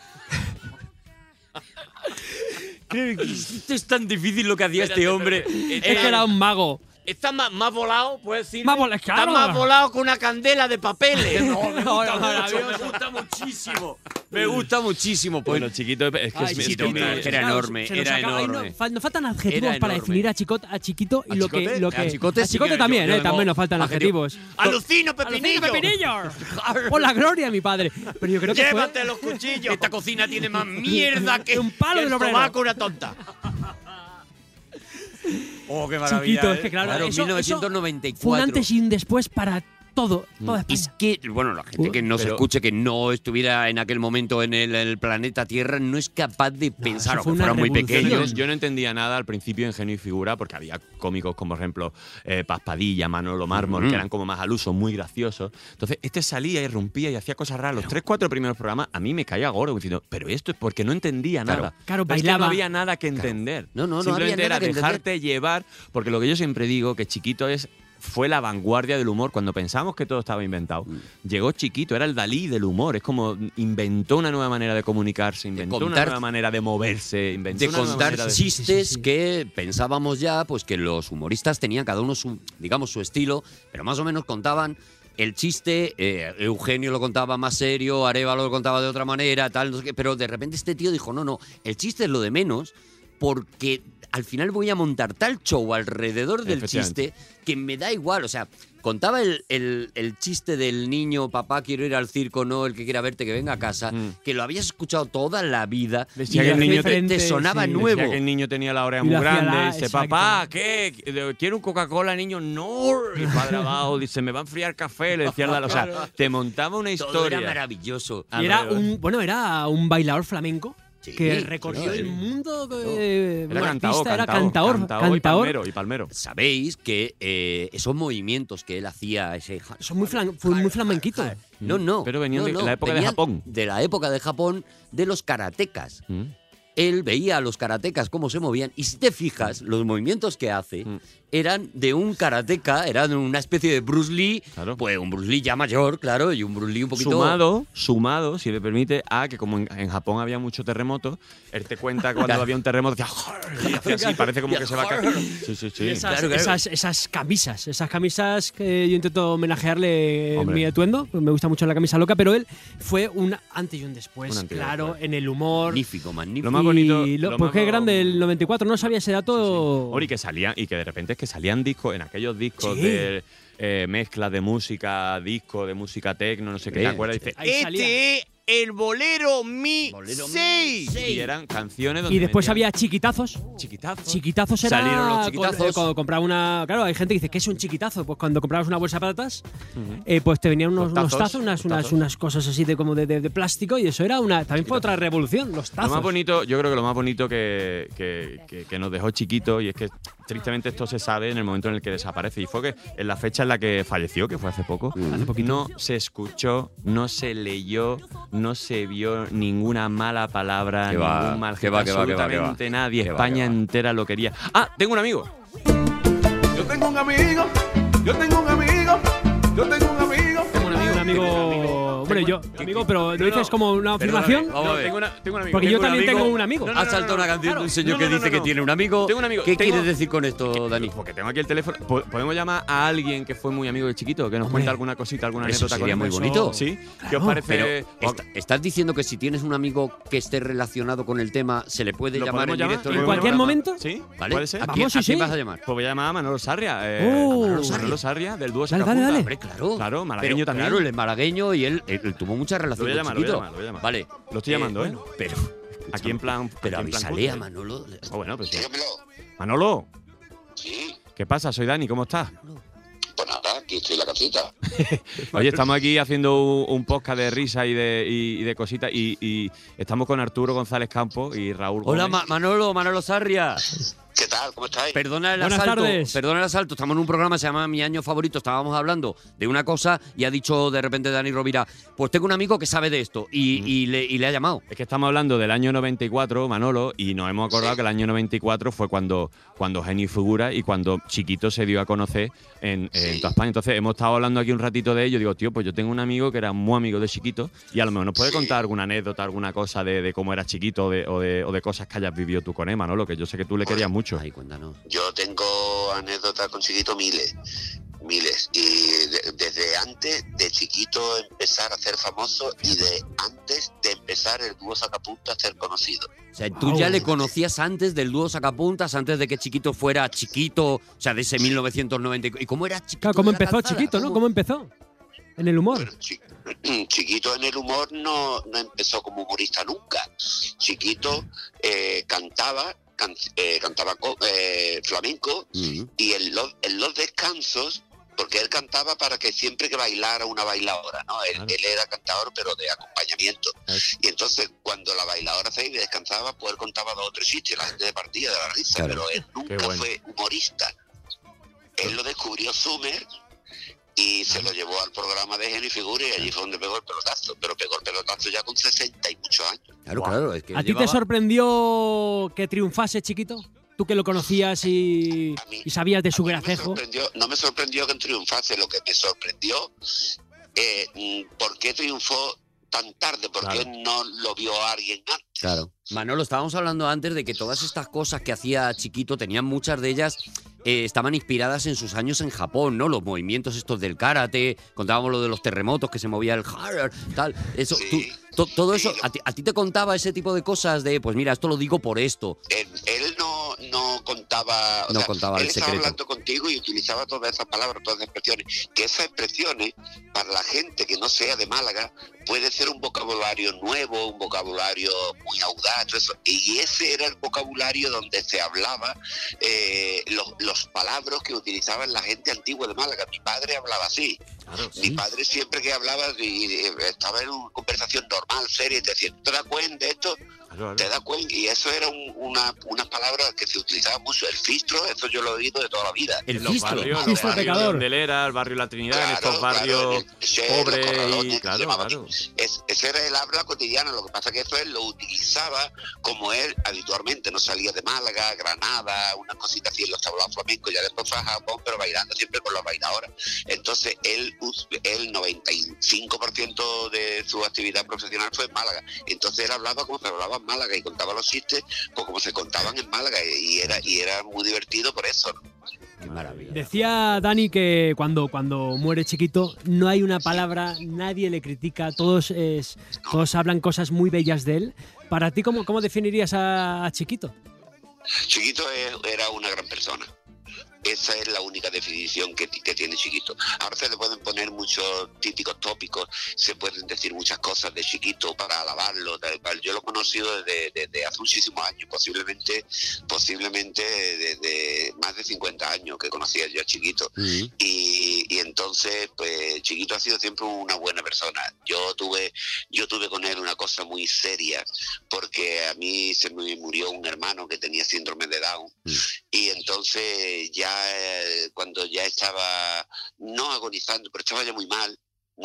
Esto es tan difícil lo que hacía este hombre. Es que era un mago. Está más volado, puedes decir. Más volado, claro. Está más volado que una candela de papeles. No, me gusta mucho, maravilloso. me gusta muchísimo. Me gusta muchísimo. Pues, Bueno, Chiquito, es que Ay, es Chiquito, Chiquito, es que era enorme, se nos era acaba- enorme. Nos faltan adjetivos Era para enorme. definir a Chiquito y ¿A lo que... Chicote? Lo que A Chicote a sí Chicote que también, yo también nos faltan adjetivo. adjetivos. Alucino, Pepinillo. ¡Pepinillo! ¡Por la gloria de mi padre! Pero yo creo que fue... Llévate los cuchillos. Esta cocina tiene más mierda que Un palo que del el obrero. sobaco una tonta. Oh, qué maravilla. Chiquito, es que claro, eso 1994. fue un antes y un después para toda España. Es que, bueno, la gente que no se escuche, que no estuviera en aquel momento en el planeta Tierra, no es capaz de pensar, eso fue aunque una fueran muy revolución. pequeños. Yo no entendía nada al principio en Genio y Figura, porque había cómicos como, por ejemplo, Paz Padilla, Manolo Mármol, que eran como más al uso, muy graciosos. Entonces, este salía y rompía y hacía cosas raras. Los 3-4 primeros programas a mí me caía gordo, diciendo, pero esto es porque no entendía nada. Claro, Pero es que bailaba. no había nada que entender. No había Simplemente nada era que entender. dejarte llevar, porque lo que yo siempre digo, que Chiquito fue la vanguardia del humor. Cuando pensamos que todo estaba inventado, llegó Chiquito, era el Dalí del humor. Es como inventó una nueva manera de comunicarse, inventó una contar- nueva manera de moverse, inventó De una nueva contar manera de... chistes que pensábamos ya pues que los humoristas tenían cada uno su, digamos, su estilo, pero más o menos contaban el chiste, Eugenio lo contaba más serio, Arévalo lo contaba de otra manera, tal, no sé qué, pero de repente este tío dijo, no, el chiste es lo de menos, porque al final voy a montar tal show alrededor del Efectivamente. chiste que me da igual, o sea, contaba el chiste del niño, papá, quiero ir al circo, no, el que quiera verte, que venga a casa, que lo habías escuchado toda la vida Decía y que el de niño repente te- sonaba sí. nuevo. Decía que el niño tenía la oreja Y muy lo hacía grande. la- Dice, exacto. papá, ¿qué? ¿Quiero un Coca-Cola, niño? No. Y el padre abajo dice, me va a enfriar café. Le decía, o sea, te montaba una Todo historia. era maravilloso. Y era alrededor. era un bailador flamenco Sí, que recorrió sí. el mundo. Era un cantador, artista, era cantador cantador. y palmero. Sabéis que esos movimientos que él hacía, Son fue muy flamenquito. No. Pero venían de la época de venían Japón. De la época de Japón, de los karatecas. Él veía a los karatecas cómo se movían y si te fijas, los movimientos que hace eran de un karateca, eran una especie de Bruce Lee, Claro. pues un Bruce Lee ya mayor, claro, y un Bruce Lee un poquito... Sumado, si me permite, a que como en Japón había mucho terremoto, él te cuenta cuando había un terremoto, decía, y hacía así, parece como que se va a caer. Sí. Y esas, Claro. esas camisas que yo intento homenajearle en Hombre. mi atuendo, me gusta mucho la camisa loca, pero él fue un antes y un después, Un antes y claro, después. en el humor. Magnífico, magnífico. Lo más bonito. Y lo pues más qué grande, el 94, no sabía ese dato. Ori, que salían, y que de repente es que salían discos, en aquellos discos Sí. de mezclas de música, disco, de música tecno, no sé qué, ¿te acuerdas? Dice, Ahí salía. es el bolero Mi Bolero Mi 6. 6. Y eran canciones donde Y después metían había chiquitazos. chiquitazos. Chiquitazos era Salieron los chiquitazos. cuando compraba una. Claro, hay gente que dice que es un chiquitazo. Pues cuando comprabas una bolsa de patatas, pues te venían unos Los tazos, tazos, los tazos. unas cosas así de como de plástico y eso era una. También fue otra revolución, los Lo tazos. más bonito, yo creo que lo más bonito que nos dejó Chiquito, y es que tristemente esto se sabe en el momento en el que desaparece, y fue que en la fecha en la que falleció, que fue hace poco, no se escuchó, no se leyó, no se vio ninguna mala palabra, Que va, ningún mal que va, gesto, que va, que va, absolutamente que va. nadie, Que va, España que va. entera lo quería. ¡Ah! Tengo un amigo. Yo tengo un amigo, yo tengo un amigo, yo tengo un amigo. Un amigo. Bueno, yo, amigo, pero ¿lo dices como una afirmación? Vamos a ver. Tengo un amigo. Porque yo también amigo. tengo un amigo. Ha saltado una canción de un señor que dice que tiene un amigo. Tengo un amigo. ¿Qué Tengo- quieres decir con esto, Dani? Porque tengo aquí el teléfono. ¿Podemos llamar a alguien que fue muy amigo de Chiquito? Que nos cuente alguna cosita, alguna Eso anécdota sería con muy eso? bonito. ¿Sí? ¿Qué os parece? Pero estás diciendo que si tienes un amigo que esté relacionado con el tema, se le puede ¿Lo llamar en podemos directo ¿En el cualquier programa? momento? ¿Sí? ¿Vale? ¿Puede ser? ¿A Vamos, quién, sí, a quién sí. vas a llamar? Pues voy a llamar a Manolo Sarria. Manolo Sarria, del dúo Dale, Sacapunta. dale. Hombre, claro. Claro, malagueño Pero, también. Claro, él es malagueño y él tuvo mucha Lo relación voy a con llamar, lo voy a Chiquito. llamar, lo voy a llamar. Vale. Lo estoy llamando, ¿eh? bueno, pero Aquí en plan. pero aquí en plan avísale a cutre. Manolo. Oh, bueno, pues sí. Dígamelo. Manolo, Sí, ¿qué pasa? Soy Dani, ¿cómo estás? pues nada, aquí estoy en la casita. Oye, estamos aquí haciendo un podcast de risa y de cositas, y estamos con Arturo González Campos y Raúl Hola, Gómez. Manolo Sarria. ¿Qué tal? ¿Cómo estáis? Perdona el Buenas asalto. tardes. Perdona el asalto. Estamos en un programa que se llama Mi Año Favorito. Estábamos hablando de una cosa y ha dicho de repente Dani Rovira, pues tengo un amigo que sabe de esto y le ha llamado. Es que estamos hablando del año 94, Manolo, y nos hemos acordado que el año 94 fue cuando Genio y Figura y cuando Chiquito se dio a conocer en toda España. Entonces hemos estado hablando aquí un ratito de ello. Digo, tío, pues yo tengo un amigo que era muy amigo de Chiquito y a lo mejor nos puede contar alguna anécdota, alguna cosa de cómo era Chiquito o de cosas que hayas vivido tú con él, Manolo, que yo sé que tú le querías mucho. Ay, cuéntanos. Yo tengo anécdotas con Chiquito miles. Y desde antes de Chiquito empezar a ser famoso y de antes de empezar el dúo Sacapunta a ser conocido. O sea, tú ya le conocías antes del dúo Sacapuntas, antes de que Chiquito fuera Chiquito, o sea, de ese 1990. ¿Y cómo era Chiquito? Claro, ¿cómo de la empezó calzada? Chiquito, no? ¿Cómo empezó? En el humor. Bueno, Chiquito en el humor no empezó como humorista nunca. Chiquito cantaba cantaba flamenco, y en los descansos, porque él cantaba para que siempre que bailara una bailadora, ¿no? Él era cantador, pero de acompañamiento. Y entonces, cuando la bailadora se iba y descansaba, pues él contaba 2 o 3 chistes y la gente se partía de la risa, pero él nunca fue humorista. Él lo descubrió Sumer y se lo llevó al programa de Genio y Figura, y allí fue donde pegó el pelotazo, pero pegó el pelotazo ya con 60 y muchos años. Claro, es que ¿A ti te sorprendió que triunfase, Chiquito? Tú que lo conocías y sabías de su gracejo. No me sorprendió que triunfase, lo que me sorprendió, ¿por qué triunfó tan tarde? ¿Por qué no lo vio alguien antes? Claro. Manolo, estábamos hablando antes de que todas estas cosas que hacía Chiquito, tenían muchas de ellas, estaban inspiradas en sus años en Japón, ¿no? Los movimientos estos del karate, contábamos lo de los terremotos, que se movía el tal, eso, sí, todo eso, ¿a ti te contaba ese tipo de cosas de, pues mira, esto lo digo por esto? Él no contaba, no contaba el él secreto. estaba hablando contigo y utilizaba todas esas palabras, todas esas expresiones, que esas expresiones, para la gente que no sea de Málaga, puede ser un vocabulario nuevo, un vocabulario muy audaz, todo eso. Y ese era el vocabulario donde se hablaba los palabras que utilizaban la gente antigua de Málaga. Mi padre hablaba así. Claro, mi padre siempre que hablaba estaba en una conversación normal, seria, y te decía, ¿te das cuenta de esto? ¿Te das cuenta? Y eso era una palabra que se utilizaba mucho. El fistro, eso yo lo he oído de toda la vida. El fistro, los barrios donde él era, el barrio La Trinidad, en estos barrios pobres, claro. Ese era el habla cotidiana. Lo que pasa es que eso él lo utilizaba como él habitualmente. No salía de Málaga, Granada, una cosita así en los tablaos flamencos. Ya después fue a Japón, pero bailando siempre con las bailadoras. Entonces el 95% de su actividad profesional fue en Málaga. Entonces él hablaba como se hablaba en Málaga y contaba los chistes pues como se contaban en Málaga, y era muy divertido por eso, ¿no? Qué maravilla. Decía Dani que cuando muere Chiquito no hay una palabra, nadie le critica, todos hablan cosas muy bellas de él. Para ti, ¿cómo definirías a Chiquito? Chiquito era una gran persona. Esa es la única definición que tiene Chiquito. Ahora se le pueden poner muchos típicos tópicos, se pueden decir muchas cosas de Chiquito para alabarlo, tal cual. Yo lo he conocido desde hace muchísimos años, posiblemente desde más de 50 años que conocía yo a Chiquito. Y entonces, pues Chiquito ha sido siempre una buena persona. Yo tuve con él una cosa muy seria, porque a mí se me murió un hermano que tenía síndrome de Down, y entonces ya cuando ya estaba no agonizando, pero estaba ya muy mal,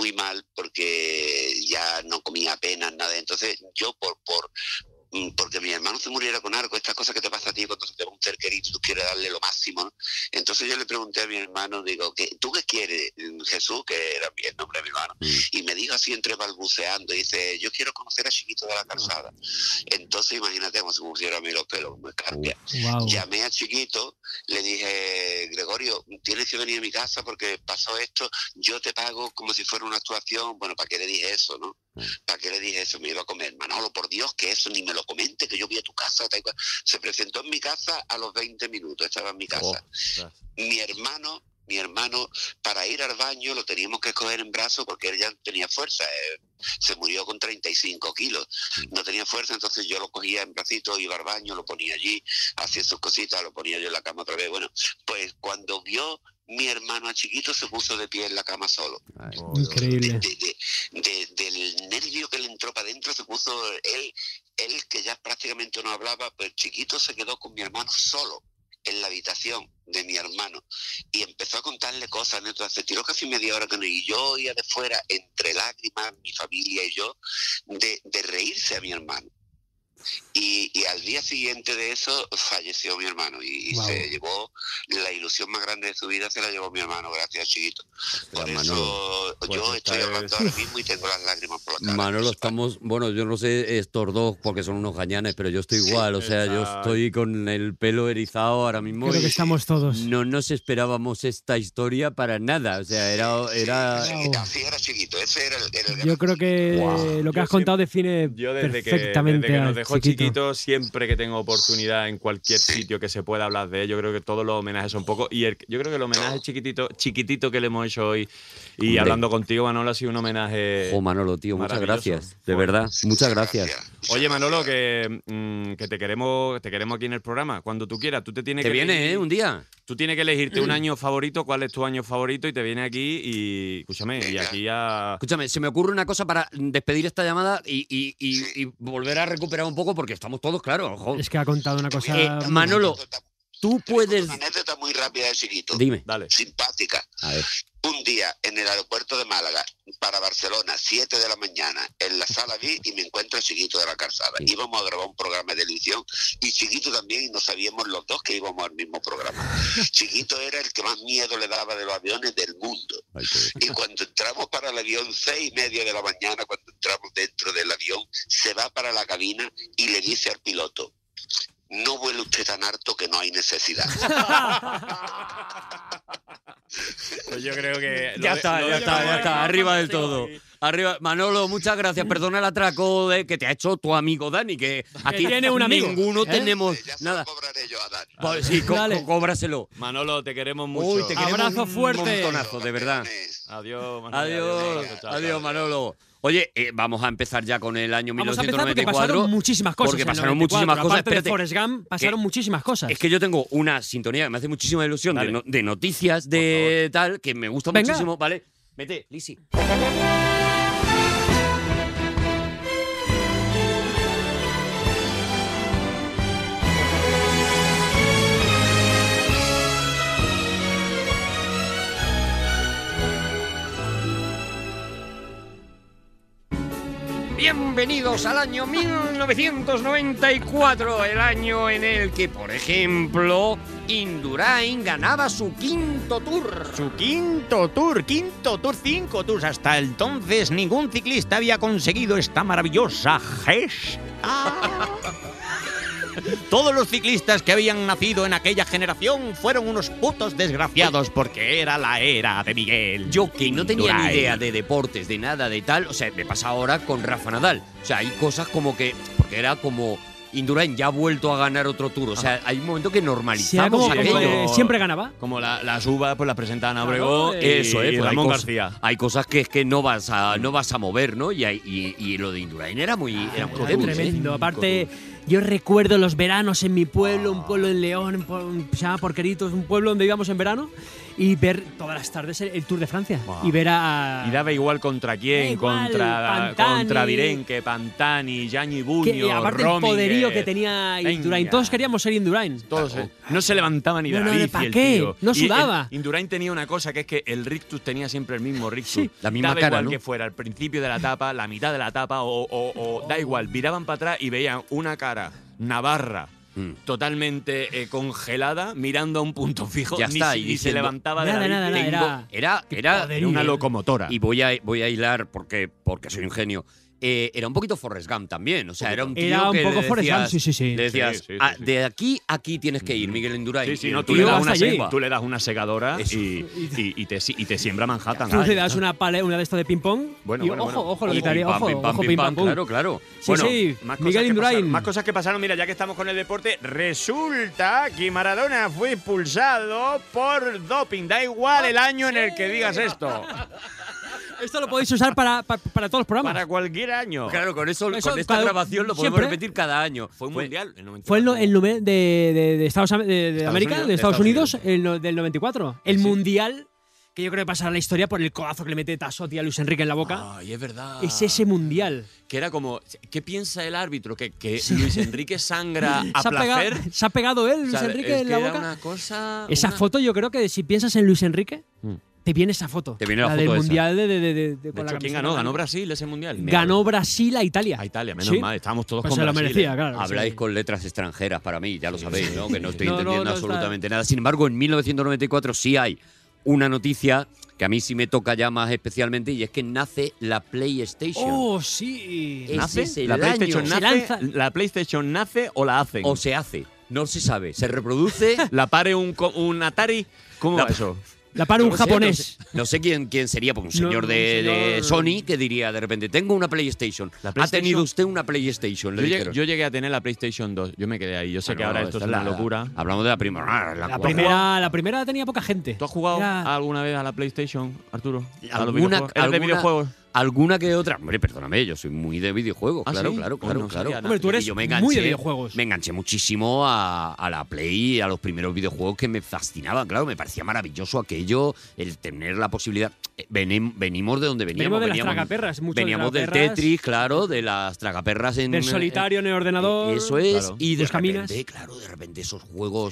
porque ya no comía apenas nada. Entonces yo porque mi hermano se muriera con algo, estas cosas que te pasa a ti cuando se te va un ser querido y tú quieres darle lo máximo, ¿no? Entonces yo le pregunté a mi hermano, digo, ¿tú qué quieres, Jesús? Que era el nombre de mi hermano. Y me dijo así entre balbuceando, dice, yo quiero conocer a Chiquito de la Calzada. Entonces imagínate cómo se pusieron a mí los pelos, me escarpia. Llamé a Chiquito, le dije, Gregorio, tienes que venir a mi casa porque pasó esto, yo te pago como si fuera una actuación. Bueno, ¿para qué le dije eso, no? ¿Para qué le dije eso? Me iba a comer. Manolo, por Dios, que eso ni me lo comente, que yo vi a tu casa. Tal cual. Se presentó en mi casa a los 20 minutos, estaba en mi casa. Mi hermano, para ir al baño lo teníamos que coger en brazos porque él ya tenía fuerza. Se murió con 35 kilos. No tenía fuerza, entonces yo lo cogía en bracitos, iba al baño, lo ponía allí, hacía sus cositas, lo ponía yo en la cama otra vez. Bueno, pues cuando vio mi hermano a Chiquito se puso de pie en la cama solo. Increíble. Del nervio que le entró para adentro se puso él que ya prácticamente no hablaba, pues Chiquito se quedó con mi hermano solo en la habitación de mi hermano y empezó a contarle cosas. Entonces se tiró casi media hora con él y yo oía de fuera, entre lágrimas, mi familia y yo, de reírse a mi hermano. Y al día siguiente de eso falleció mi hermano y se llevó la ilusión más grande de su vida, se la llevó mi hermano, gracias a Chiquito. Por eso yo estoy hablando ahora mismo y tengo las lágrimas por la cara. Manolo, yo no sé estos dos porque son unos gañanes, pero yo estoy igual, o sea, yo estoy con el pelo erizado ahora mismo. Creo que estamos todos. No nos esperábamos esta historia para nada, o sea, era Así era Chiquito, ese era el Yo creo que lo que has contado define perfectamente desde que nos dejó Chiquito, siempre que tengo oportunidad en cualquier sitio que se pueda hablar de él, yo creo que todos los homenajes son un poco poco. Y yo creo que el homenaje chiquitito que le hemos hecho hoy y Hombre. hablando contigo, Manolo, ha sido un homenaje. Manolo, tío, muchas maravilloso. gracias. De verdad, muchas gracias. Oye, Manolo, que te queremos aquí en el programa. Cuando tú quieras, tú te tienes Te que viene, elegir- un día. Tú tienes que elegirte un año favorito, cuál es tu año favorito, y te viene aquí y. Escúchame, y aquí ya. Escúchame, se me ocurre una cosa para despedir esta llamada y volver a recuperar un poco porque estamos todos claros. ojo. Es que ha contado una cosa. Manolo, tú puedes. Una anécdota muy rápida de Chiquito. Dime. Dale. Simpática. A ver. Un día en el aeropuerto de Málaga para Barcelona, 7 de la mañana, en la sala VIP y me encuentro a Chiquito de la Calzada. Sí. Íbamos a grabar un programa de televisión y Chiquito también, y no sabíamos los dos que íbamos al mismo programa. Chiquito era el que más miedo le daba de los aviones del mundo. Ay, qué- Y cuando entramos para el avión, 6:30 de la mañana, cuando entramos dentro del avión, se va para la cabina y le dice al piloto: no vuele usted tan harto que no hay necesidad. Pues yo creo que. Ya está, arriba del todo. Arriba. Manolo, muchas gracias. Perdona el atraco que te ha hecho tu amigo Dani, que aquí tiene un amigo, ninguno ¿eh? tenemos Ya se nada. lo cobraré yo a Dani. Pues sí, Dale. cóbraselo. Manolo, te queremos mucho. Uy, te queremos Abrazo un fuerte. montonazo, de verdad. Adiós, Manolo. Adiós, chao, adiós, chao. Manolo. Oye, vamos a empezar ya con el año Vamos a empezar porque 1994. pasaron muchísimas cosas. Porque en el pasaron 94. muchísimas cosas. Aparte de Espérate, Forrest Gump, pasaron que- muchísimas cosas. es que yo tengo una sintonía que me hace muchísima ilusión Dale. de noticias de tal, que me gusta Venga. muchísimo. ¿Vale? Vete, Lisi. Bienvenidos al año 1994, el año en el que, por ejemplo, Indurain ganaba su quinto tour. Su quinto tour, 5 tours. Hasta entonces ningún ciclista había conseguido esta maravillosa gesta. Todos los ciclistas que habían nacido en aquella generación fueron unos putos desgraciados porque era la era de Miguel. Yo que no tenía ni Indurain. idea de deportes, de nada, de tal, o sea, me pasa ahora con Rafa Nadal. O sea, hay cosas como que, porque era como Indurain ya ha vuelto a ganar otro tour. O sea, hay un momento que Sí, era normalizamos como aquello. que siempre ganaba. Como las uvas, pues las presentan a Claro, Obregón Eso es, y pues hay Ramón cosas- García. Hay cosas que es que no vas a mover, ¿no? Y lo de Indurain era muy Era potente, ¿eh? tremendo. Aparte, yo recuerdo los veranos en mi pueblo, un pueblo en León, se llama Porqueritos, un pueblo donde íbamos en verano, y ver todas las tardes el Tour de Francia. Y ver a. Y daba igual contra quién, Da igual, contra Pantani. Virenque, Pantani, Gianni que, Buño, aparte Rominger. el poderío que tenía Indurain. Venga. Todos queríamos ser Indurain. Todos, no se levantaba ni de No, la no, bici ¿para el qué? tío. No Y sudaba. Indurain tenía una cosa, que es que el rictus tenía siempre el mismo rictus. Sí. La misma Daba cara, igual ¿no? que fuera al principio de la etapa, la mitad de la etapa o da igual. Viraban para atrás y veían una cara navarra totalmente congelada, mirando a un punto fijo. Ya está, y ni se diciendo, levantaba de nada, la nada, bici. nada, Era poderío. Una locomotora. Y voy a hilar porque soy un genio. Era un poquito Forrest Gump también. O sea, era un tío Era un que poco le Forrest decías, Gump, sí, sí, sí. le decías, Sí, sí, sí, "Ah, sí. de aquí a aquí tienes que ir, Miguel Indurain". Sí, sí, Y no, el tú tío le, das hasta una allí. segua, tú le das una segadora Eso. y te siembra Manhattan. Tú le das una de estas de ping-pong. Bueno, y bueno, ojo, bueno. ojo, lo Y que te haría. pim, pam, Ojo, pim, pam, ojo, pim, pim, pam, pam, pum. claro, claro. Sí, sí, más Miguel cosas que Indurain. pasaron, más cosas que pasaron. Mira, ya que estamos con el deporte, resulta que Maradona fue expulsado por doping. Da igual el año en el que digas esto. Esto lo podéis usar para todos los programas. Para cualquier año. Claro, con esta cada- grabación lo podemos siempre. repetir cada año. Fue un mundial. El 94. Fue el número de Estados de América, Unidos, de Estados de Unidos, del 94. El Sí. mundial que yo creo que pasará a la historia por el codazo que le mete Tassotti a Luis Enrique en la boca. Ay, es verdad. Es ese mundial. Que era como, ¿qué piensa el árbitro? Que Luis Enrique sangra a Se ha placer. se ha pegado él, O Luis sea, Enrique, es en que la era boca. una cosa. Esa foto, yo creo que si piensas en Luis Enrique, te viene esa foto. Te viene la del foto esa. mundial De con la hecho, ¿quién camiseta ganó? blanca. ¿Ganó Brasil ese mundial? Ganó Brasil a Italia. A Italia, menos Sí. mal. Estábamos todos Pues con se lo Brasil, merecía, ¿eh? claro. Habláis sí. con letras extranjeras para mí, ya lo sabéis, ¿no? Que no estoy No, no, entendiendo no está- absolutamente nada. Sin embargo, en 1994 sí hay una noticia que a mí sí me toca ya más especialmente, y es que nace la PlayStation. Oh, sí. Ese ¿Nace? es el ¿La PlayStation año. Se lanza- ¿La PlayStation nace o la hacen? O se hace, no se sabe. Se reproduce. ¿La pare un Atari? ¿Cómo La- va eso? La para un No lo sé, japonés. No sé quién sería, porque un señor de Sony que diría de repente, tengo una PlayStation. ¿La ¿Ha PlayStation? tenido usted una PlayStation? Le dijeron. Yo llegué a tener la PlayStation 2. Yo me quedé ahí. Yo sé que ahora esto es una locura. Hablamos de la primera. La primera tenía poca gente. ¿Tú has jugado Era- alguna vez a la PlayStation, Arturo? ¿A los Alguna- videojuegos? ¿Eres de alguna- videojuegos? Alguna que otra. Hombre, perdóname, yo soy muy de videojuegos. ¿Ah, claro, sí? claro, Pues claro, no claro. sabía nada. Hombre, tú eres Y yo me muy de videojuegos. Me enganché muchísimo a la Play, a los primeros videojuegos que me fascinaban. Claro, me parecía maravilloso aquello, el tener la posibilidad. Venimos de donde veníamos. Venimos de las tragaperras, mucho de Veníamos del tragaperras. Tetris, claro, de las tragaperras Del solitario en el ordenador. Eso es. Claro. Y de Buscaminas. repente, claro, de repente esos juegos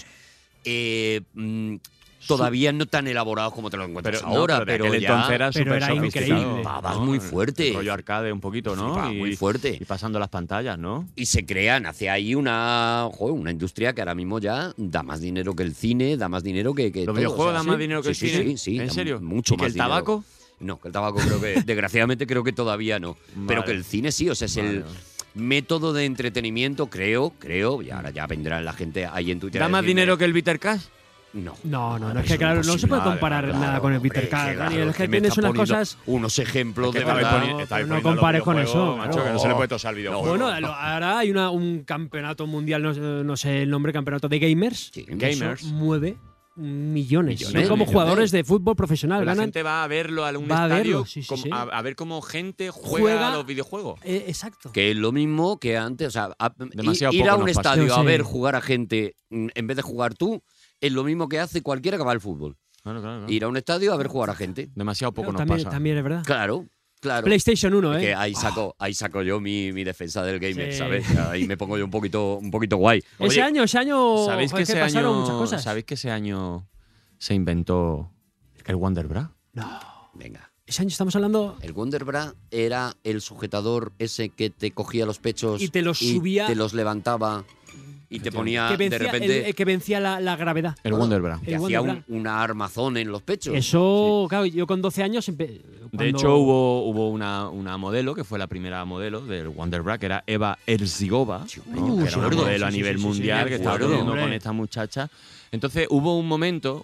todavía no tan elaborados como te lo encuentras Pero, no, ahora, pero de pero aquel ya entonces era pero súper era sofisticado, increíble. Vas muy fuerte. El rollo arcade un poquito, ¿no? Flipaba muy fuerte. Y pasando las pantallas, ¿no? Y se nace ahí una industria que ahora mismo ya da más dinero que el cine, da más dinero que ¿Los todo, videojuegos o sea, dan sí. más dinero que el Sí, cine? Sí, sí, ¿En dan serio? mucho ¿Y que más el dinero. tabaco? No, que el tabaco creo que, desgraciadamente creo que todavía no. Pero Vale. que el cine sí, o sea, es el Vale. método de entretenimiento, creo, y ahora ya vendrá la gente ahí en Twitter. ¿Da a más decirme, dinero que el Bitter Cash? No. No, pero es que eso claro, no se imposible. puede comparar nada con el Peter Carr, Claro, Daniel. Es que me tienes está unas poniendo cosas. unos ejemplos de estabais verdad. poniendo- pero no compares con eso. Macho, que no se le puede tosar al videojuego. Bueno, ahora hay un campeonato mundial, no sé el nombre, campeonato de gamers. Sí, Gamers. Eso mueve millones. Son Millones, como millones. jugadores de fútbol profesional. La Ganan. gente va a verlo a un Va a estadio verlo, sí, sí, como- sí. A ver cómo gente Juega- juega a los videojuegos. Exacto. Que es lo mismo que antes, o sea, Demasiado ir poco a un nos pasa. estadio a Sí. ver jugar a gente en vez de jugar tú, es lo mismo que hace cualquiera que va al fútbol. Claro, claro, claro. Ir a un estadio a ver jugar a gente. Demasiado poco nos también, pasa. también es verdad. Claro, claro. PlayStation 1, Es ¿eh? que ahí saco yo mi defensa del gamer, Sí. ¿sabes? Ahí me pongo yo un poquito guay. Ese año, ¿Sabéis joder, que ese pasaron año, muchas cosas. ¿sabéis que ese año se inventó el Wonder Bra? Venga. Ese año estamos hablando. El Wonder Bra era el sujetador ese que te cogía los pechos Y te los subía- te los levantaba y te ponía que vencía, de repente que vencía la gravedad. El Wonder Bra. te el hacía Wonder Bra. una armazón en los pechos. Eso, claro, yo con 12 años. De cuando- hecho, hubo una modelo, que fue la primera modelo del Wonder Bra, que era Eva Erzigova, ¿no? Sí, que era una acuerdo. modelo a Sí, nivel sí, sí, mundial, sí, que estaba acuerdo. corriendo con Hombre. esta muchacha. Entonces hubo un momento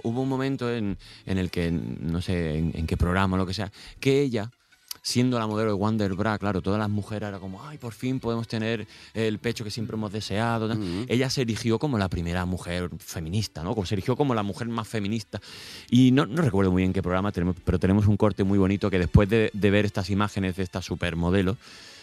en el que, no sé en qué programa o lo que sea, que ella, siendo la modelo de Wonder Bra, claro, todas las mujeres era como, ay, por fin podemos tener el pecho que siempre hemos deseado. Tal. Ella se erigió como la primera mujer feminista, ¿no? Como se erigió como la mujer más feminista. Y no recuerdo muy bien qué programa tenemos, pero tenemos un corte muy bonito que después de ver estas imágenes de esta supermodelo,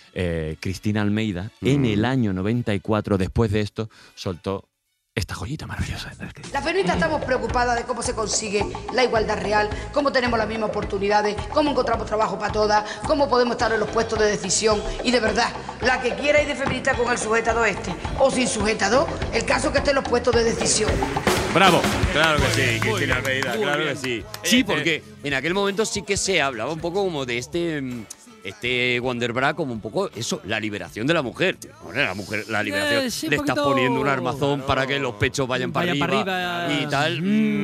Cristina Almeida, en el año 94, después de esto, soltó esta joyita maravillosa. Las feministas estamos preocupadas de cómo se consigue la igualdad real, cómo tenemos las mismas oportunidades, cómo encontramos trabajo para todas, cómo podemos estar en los puestos de decisión. Y de verdad, la que quiera ir de feminista con el sujetador o sin sujetador, el caso es que esté en los puestos de decisión. ¡Bravo! Claro que sí, Cristina Almeida, claro que sí. Sí, Eh, porque en aquel momento sí que se hablaba un poco como de este Wonder Bra como un poco eso, la liberación de la mujer. Ahora la liberación. Sí, Le un estás poquito- poniendo un armazón para que los pechos vayan para arriba, y tal.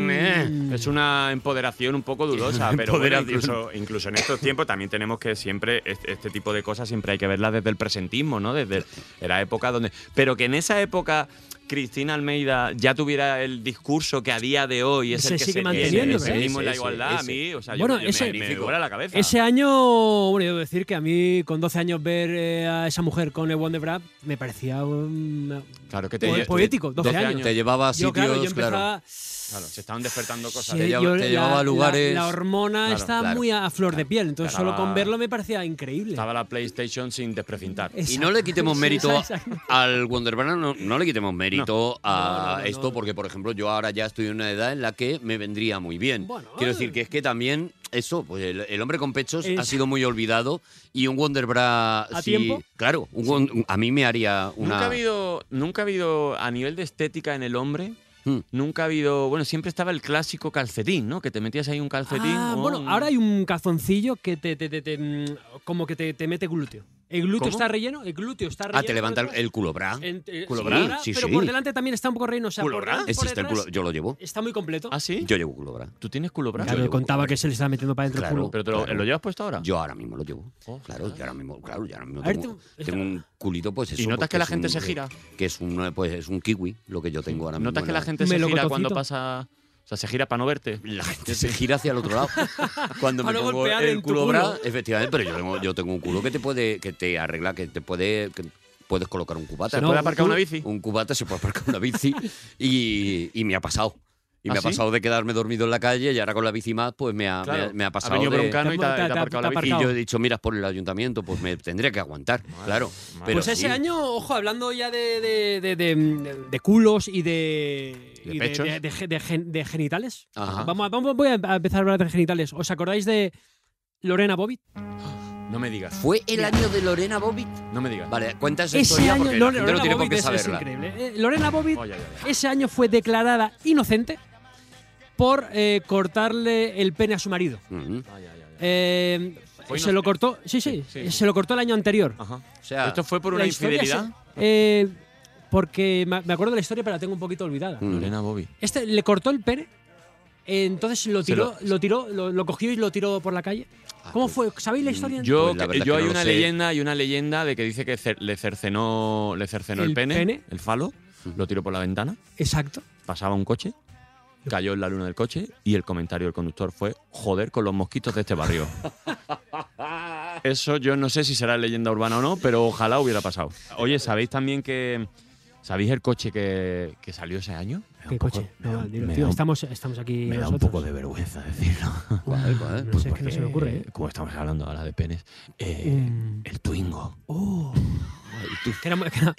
Es una empoderación un poco dudosa, Una pero bueno, empoderación. incluso en estos tiempos también tenemos que siempre, este tipo de cosas siempre hay que verlas desde el presentismo, ¿no? Desde la época donde… Pero que en esa época Cristina Almeida ya tuviera el discurso que a día de hoy es Se el que sigue se manteniendo, el ¿verdad? feminismo y la Ese, igualdad, a ese. mí, o sea, Bueno, yo ese- me vuela la cabeza. Ese año, bueno, yo debo decir que a mí, con 12 años, ver a esa mujer con el Wonder Bra me parecía Claro que poético, 12 años. Te llevaba a Yo, sitios, claro, yo claro. empezaba. Claro, se estaban despertando cosas. Sí, Te llevaba a lugares. La hormona Claro, está claro, muy a flor de piel, entonces Claro. solo con verlo me parecía increíble. Estaba la PlayStation sin desprecintar. Y no le quitemos Sí, mérito exacto. al Wonder Bra, no le quitemos mérito a No, esto, porque, por ejemplo, yo ahora ya estoy en una edad en la que me vendría muy bien. Bueno, Quiero decir que es que también eso, pues el hombre con pechos Es- ha sido muy olvidado y un Wonder Bra… ¿A sí, tiempo? Claro, a mí me haría una… Nunca ha habido, a nivel de estética en el hombre, Hmm. nunca ha habido… Bueno, siempre estaba el clásico calcetín, ¿no? Que te metías ahí un calcetín. Bueno, ahora hay un calzoncillo que como que te mete glúteo. El glúteo ¿Cómo? está relleno, el glúteo está relleno. Ah, te levanta por detrás. el culo bra. ¿Culo Sí, bra? sí, pero sí. por delante también está un poco relleno. O sea, ¿Culo por bra? delante y por Existe el detrás culo, yo lo llevo. está muy completo. ¿Ah, sí? Yo llevo culo bra. ¿Tú tienes culo bra? Claro, llevo contaba culo que se le estaba metiendo para dentro Claro. el culo. ¿Pero Claro. lo llevas puesto ahora? Yo ahora mismo lo llevo. Oh, Claro, yo ahora mismo, A ver, tengo un culito, pues eso. ¿Y notas pues, que la es gente un- se gira? Que es un, pues, es un kiwi, lo que yo tengo ahora mismo. ¿Notas que en la gente se gira Melocotoncito. cuando pasa O sea, se gira para no verte. La gente se gira hacia el otro lado. Cuando me Para no pongo golpear el en tu culo bra, culo. efectivamente, pero yo tengo un culo que te arregla, que puedes colocar un cubata. ¿Se No, puede aparcar tú- una bici? Un cubata se puede aparcar una bici y me ha pasado. Y me ¿Ah, ha sí? pasado de quedarme dormido en la calle y ahora con la bici más, pues me ha pasado. Ha venido de- broncano y te ha Te ha aparcado la bici. Y aparcado. yo he dicho, mira, por el ayuntamiento, pues me tendría que aguantar, claro. Pero Pues ese sí. año, ojo, hablando ya de culos y ¿De pechos? de genitales. Ajá. Voy a empezar a hablar de genitales. ¿Os acordáis de Lorena Bobbitt? No me digas. ¿Fue el año de Lorena Bobbitt? No me digas. Vale, cuenta esa Ese historia año, porque la gente no Lorena tiene por Bobbitt qué es saberla. increíble. Lorena Bobbitt Oye, oye. ese año fue declarada inocente por cortarle el pene a su marido. Ujú. ¿Fue Se lo cortó, sí, Sí, sí. se lo cortó el año anterior. Ajá. O sea, ¿Esto fue por La una historia infidelidad? porque me acuerdo de la historia, pero la tengo un poquito olvidada. Lorena Bobbitt. Este le cortó el pene, entonces lo Se tiró, lo cogió y lo tiró por la calle. ¿Cómo fue? ¿Sabéis la historia? Yo, Pues la verdad yo que hay no lo sé. una leyenda de que dice que le cercenó el pene, el falo, lo tiró por la ventana, Exacto. pasaba un coche, cayó en la luna del coche y el comentario del conductor fue: joder con los mosquitos de este barrio. Eso yo no sé si será leyenda urbana o no, pero ojalá hubiera pasado. Oye, ¿sabéis también que... ¿Sabéis el coche que salió ese año? ¿Qué coche? No, dilo, me tío, da un- estamos aquí Me da un nosotros. poco de vergüenza decirlo. ¿Cuál? No sé, es que no se me ocurre, ¿eh? Como estamos hablando ahora de penes. El Twingo. Oh. Que era-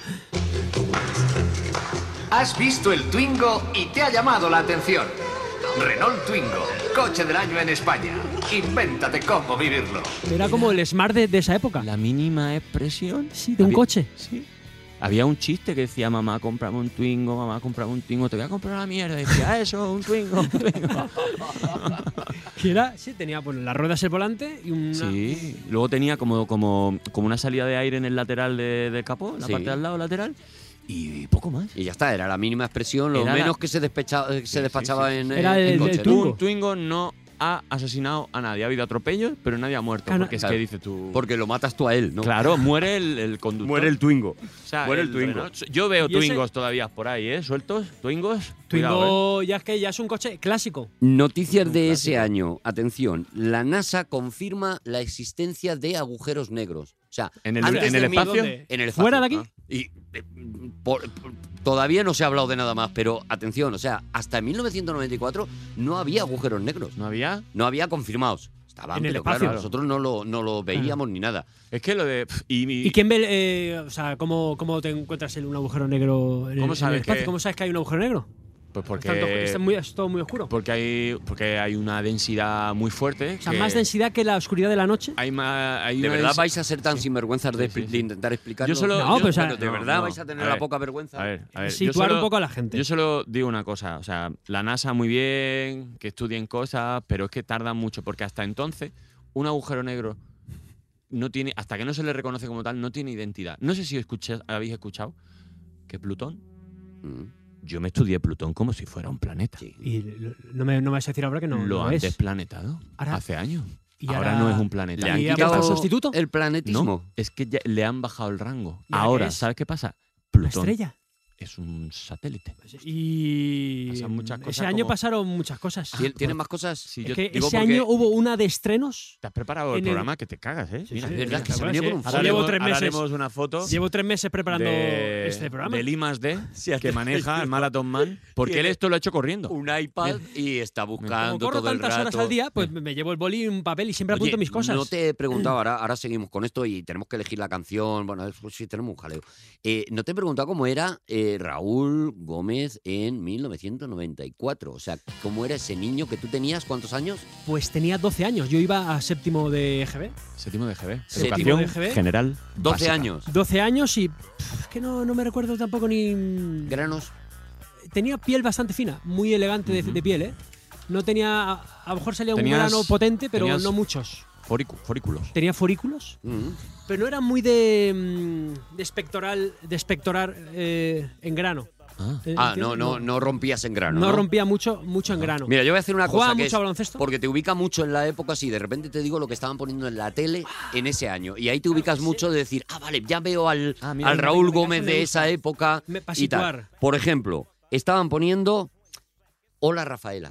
Has visto el Twingo y te ha llamado la atención. Renault Twingo, coche del año en España. Invéntate cómo vivirlo. era como el Smart de esa época. La mínima expresión. Sí, de un coche. Sí. Había un chiste que decía: mamá, cómprame un Twingo, mamá, cómprame un Twingo, te voy a comprar una mierda. Y decía: eso, un Twingo, un Twingo. Que era, sí, tenía pues, las ruedas el volante y una. Sí. Luego tenía como una salida de aire en el lateral del capó, en la Sí. parte de al lado lateral. Y poco más. Y ya está, era la mínima expresión, lo Era menos la- que se despachaba sí. en Era en el coche, ¿no? Twingo. Un Twingo no ha asesinado a nadie. Ha habido atropellos, pero nadie ha muerto. Claro, Porque es claro. que dices tú... Porque lo matas tú a él, ¿no? Claro, muere el conductor. Muere el Twingo. O sea, muere el Twingo. Renault- Yo veo ¿Y ese- Twingos todavía por ahí, ¿eh? Sueltos, Twingos. Cuidado, Twingo ya es que ya es un coche clásico. Noticias de ese clásico. año. Atención, la NASA confirma la existencia de agujeros negros. O sea, ¿En el- antes en el de espacio? ¿Dónde? En el espacio. ¿Fuera de aquí? Y todavía no se ha hablado de nada más, pero atención, o sea, hasta 1994 no había agujeros negros. ¿No había? No había confirmados. Estaban, En el pero espacio. claro, nosotros no lo veíamos ni nada. Es que lo de... ¿Y quién ve, o sea, cómo te encuentras en un agujero negro en ¿Cómo el sabes espacio? que- ¿Cómo sabes que hay un agujero negro? Pues Es todo muy oscuro. porque hay una densidad muy fuerte. O sea, más densidad que la oscuridad de la noche. Hay ¿De una verdad densi- vais a ser tan sinvergüenzas de, Sí, sí, sí. de intentar explicarlo? Yo solo- No, yo- pero, o sea, ¿De no, verdad no. vais a tener A la ver, poca vergüenza? A ver. Situar un poco a la gente. Yo solo digo una cosa, o sea, la NASA muy bien, que estudien cosas, pero es que tardan mucho, porque hasta entonces un agujero negro no tiene, hasta que no se le reconoce como tal, no tiene identidad. No sé si habéis escuchado que Plutón, yo me estudié Plutón como si fuera un planeta. Sí. Y no me vas a decir ahora que no Lo no han es. desplanetado Ahora- hace años. y ahora ahora- no es un planeta. ¿Le han ¿Y ha quitado puesto sustituto? el planetismo? No, es que ya le han bajado el rango. ¿Y ahora Ahora, qué es? ¿sabes qué pasa? Una Plutón estrella. es un satélite. Y Pasan muchas cosas ese año como- pasaron muchas cosas. ¿Tiene más cosas? Sí, Es yo que digo ese porque año hubo una de estrenos. te has preparado el en el- programa que te cagas, ¿eh? Sí, Mira, sí, Es verdad que se claro, venía sí. con un ahora Llevo haremos, 3 ahora meses. haremos una foto Llevo 3 meses preparando este programa. del I+D Sí, que maneja el Marathon Man, porque él esto lo ha hecho corriendo. un iPad y está Como buscando corro todo el tantas rato. horas al día, pues me llevo el boli y un papel y siempre Oye, apunto mis cosas. No te he preguntado, ahora seguimos con esto y tenemos que elegir la canción. Bueno, pues sí, tenemos un jaleo. No te he preguntado cómo era Raúl Gómez en 1994. O sea, cómo era ese niño que tú tenías, ¿cuántos años? Pues tenía 12 años. Yo iba a séptimo de GB. Séptimo de GB. Séptimo Educación de GB. general 12 básica. años. 12 años y es que no me recuerdo tampoco ni... Granos. Tenía piel bastante fina, muy elegante de piel, ¿eh? No tenía... A lo mejor salía un Tenías- grano potente, pero tenías- no muchos. Forículos. Tenía forículos, pero no era muy de espectorar en grano. No rompías en grano. No rompía mucho en grano. Mira, yo voy a hacer una ¿Jugaba cosa que mucho es, a baloncesto? porque te ubica mucho en la época, sí, de repente te digo lo que estaban poniendo en la tele en ese año. Y ahí te ubicas mucho de decir, vale, ya veo al mira, Raúl me Gómez encanta, de me esa gusta. época Pa' y tal. situar. Por ejemplo, estaban poniendo Hola Rafaela.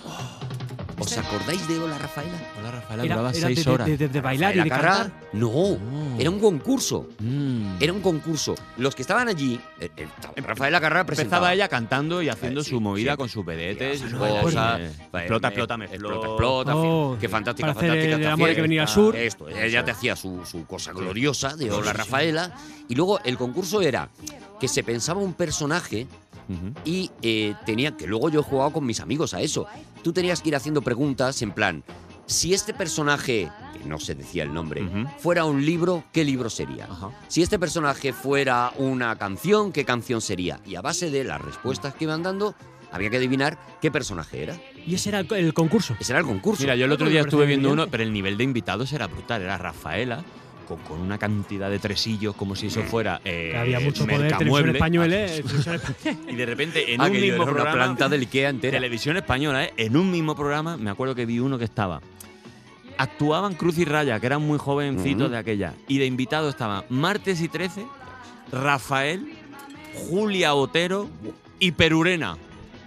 ¿Os acordáis de Hola Rafaela? Hola, Rafaela, Era duraba de- 6 de- horas. de bailar y de Rafaela cantar. Carrà, no, era un concurso. Era un concurso. Los que estaban allí, Rafaela Carrà presentaba. Empezaba ella cantando y haciendo Sí, su movida sí. con sus vedetes y sus Cosas. cosas. Explota, explota, Explota, Oh, qué fantástica, para hacer fantástica. el te amor hacía- que venía al sur. Esto, ella te hacía su cosa gloriosa de Hola Rafaela. Y luego el concurso era que se pensaba un personaje y tenía que luego yo he jugado con mis amigos a eso. Tú tenías que ir haciendo preguntas en plan, si este personaje, que no se decía el nombre, fuera un libro, ¿qué libro sería? Si este personaje fuera una canción, ¿qué canción sería? Y a base de las respuestas que iban dando, había que adivinar qué personaje era. Y ese era el concurso. Ese era el concurso. Mira, yo el otro Me día parece estuve viendo brillante. uno, pero el nivel de invitados era brutal. Era Rafaela, con una cantidad de tresillos como si eso fuera Que había mucho poder, televisión Mercamueble. española, televisión española. Y de repente en un Aquello mismo era una programa, planta del Ikea entera. televisión española, en un mismo programa, me acuerdo que vi uno que estaba. Actuaban Cruz y Raya, que eran muy jovencitos de aquella. Y de invitado estaban Martes y 13, Rafael, Julia Otero y Perurena.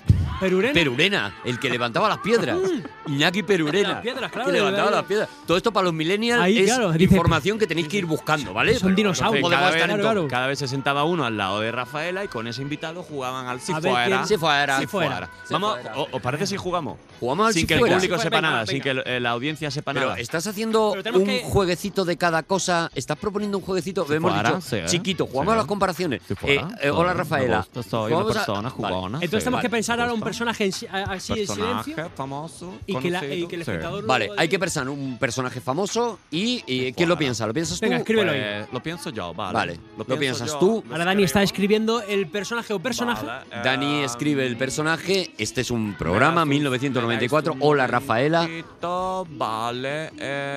Perurena, el que levantaba las piedras. Iñaki Perurena. Las piedras, claro, que levantaba de- las piedras. Todo esto para los millennials Ahí, es claro, dice- información que tenéis que ir buscando, ¿vale? Son dinosaurios. Podemos Cada vez, estar en todo. cada vez se sentaba uno al lado de Rafaela y con ese invitado jugaban al si A ver fuera. quién- Si fuera. Si fuera. Si Vamos, fuera. ¿os parece si jugamos? Jugamos al Sin si que el fuera. público Si sepa fuera, nada, venga, sin que la audiencia sepa Pero nada. estás haciendo Pero tenemos un que- jueguecito de cada cosa. Estás proponiendo un jueguecito. Si Hemos fuera, dicho, sí, chiquito, sí. jugamos a las comparaciones. Si fuera, Hola sí, Rafaela. me gusta, soy una Jugamos a- persona Vale. jugona. Entonces tenemos sí. que pensar ahora un gusta. personaje así en Personaje silencio famoso, y que el conocido. espectador Vale, lo- hay que pensar un personaje famoso y ¿quién lo fuera. piensa? ¿Lo piensas tú? Venga, escríbelo ahí. Pues, lo pienso yo, vale. Vale, lo pienso piensas yo, tú. lo Ahora Dani está escribo. escribiendo el personaje o personaje. Vale, Dani escribe el personaje. Este es un programa, 1994. Hola Rafaela. Vale,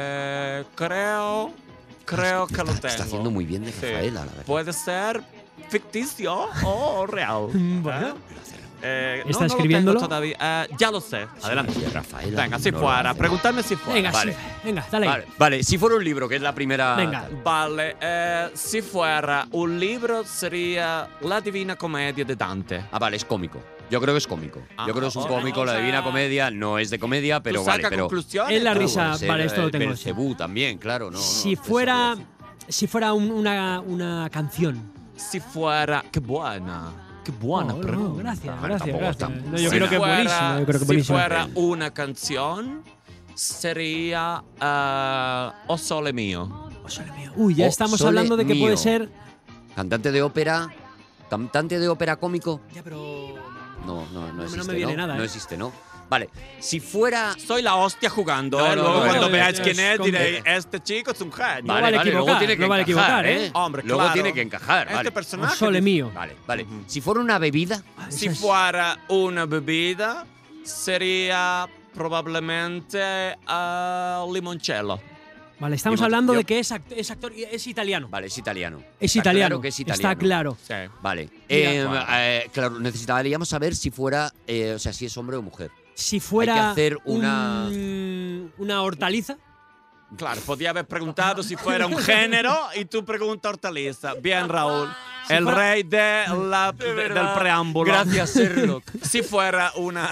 creo que lo tengo. Está haciendo muy bien de Sí. Rafaela, la verdad. Puede ser ficticio o real. Bueno. no ¿Está lo escribiéndolo? tengo todavía. Ya lo sé. Adelante. De Rafaela. Venga, si No, fuera. Preguntadme si fuera. Venga, Vale. sí. Venga, dale ahí. Vale, si fuera un libro, que es la primera. Venga. Vale, si fuera un libro sería La Divina Comedia de Dante. Ah, vale, es cómico. Yo creo que es cómico. Yo creo que es un cómico. La o sea, Divina Comedia no es de comedia, pero ¿Tú vale. saca Pero conclusiones? Es la Claro, risa. puede ser, Vale, esto lo tengo. Belcebú también, claro. No, Si no, fuera, eso si fuera una canción. Si fuera. Qué buena. Qué buena Oh, no, pregunta. gracias, Bueno, gracias, tampoco gracias. está- No, yo Si creo que es fuera- buenísimo. Yo creo que es si buenísimo. fuera una canción, sería O Sole Mio. Oh, sole mío. Uy, ya Oh, estamos sole hablando de que mío. puede ser. Cantante de ópera. Cantante de ópera cómico. Ya, pero. No me existe. viene nada, No ¿eh? existe, ¿no? Vale, si fuera. Soy la hostia jugando, No, ¿eh? no, Luego no, cuando no, veáis no, quién es, no, diréis, este chico es un genio. No vale luego equivocar, tiene que no vale encajar, equivocar, ¿eh? Hombre, Luego claro. tiene que encajar, Este vale. Oh, personaje. sole mío. Vale, vale. Si fuera una bebida. Si Eso es- fuera una bebida, sería probablemente limoncello. Vale, estamos Digo, hablando yo- de que es actor y es italiano. Vale, es italiano. Es Está italiano. Claro que es italiano. Está claro. Sí. Vale. Mira. Claro, necesitaríamos saber si fuera. O sea, si es hombre o mujer. Si fuera hacer una- una hortaliza. Claro, podía haber preguntado si fuera un género y tú preguntas hortaliza. Bien, Raúl. El fuera- rey del preámbulo. Gracias, Sherlock. Si fuera una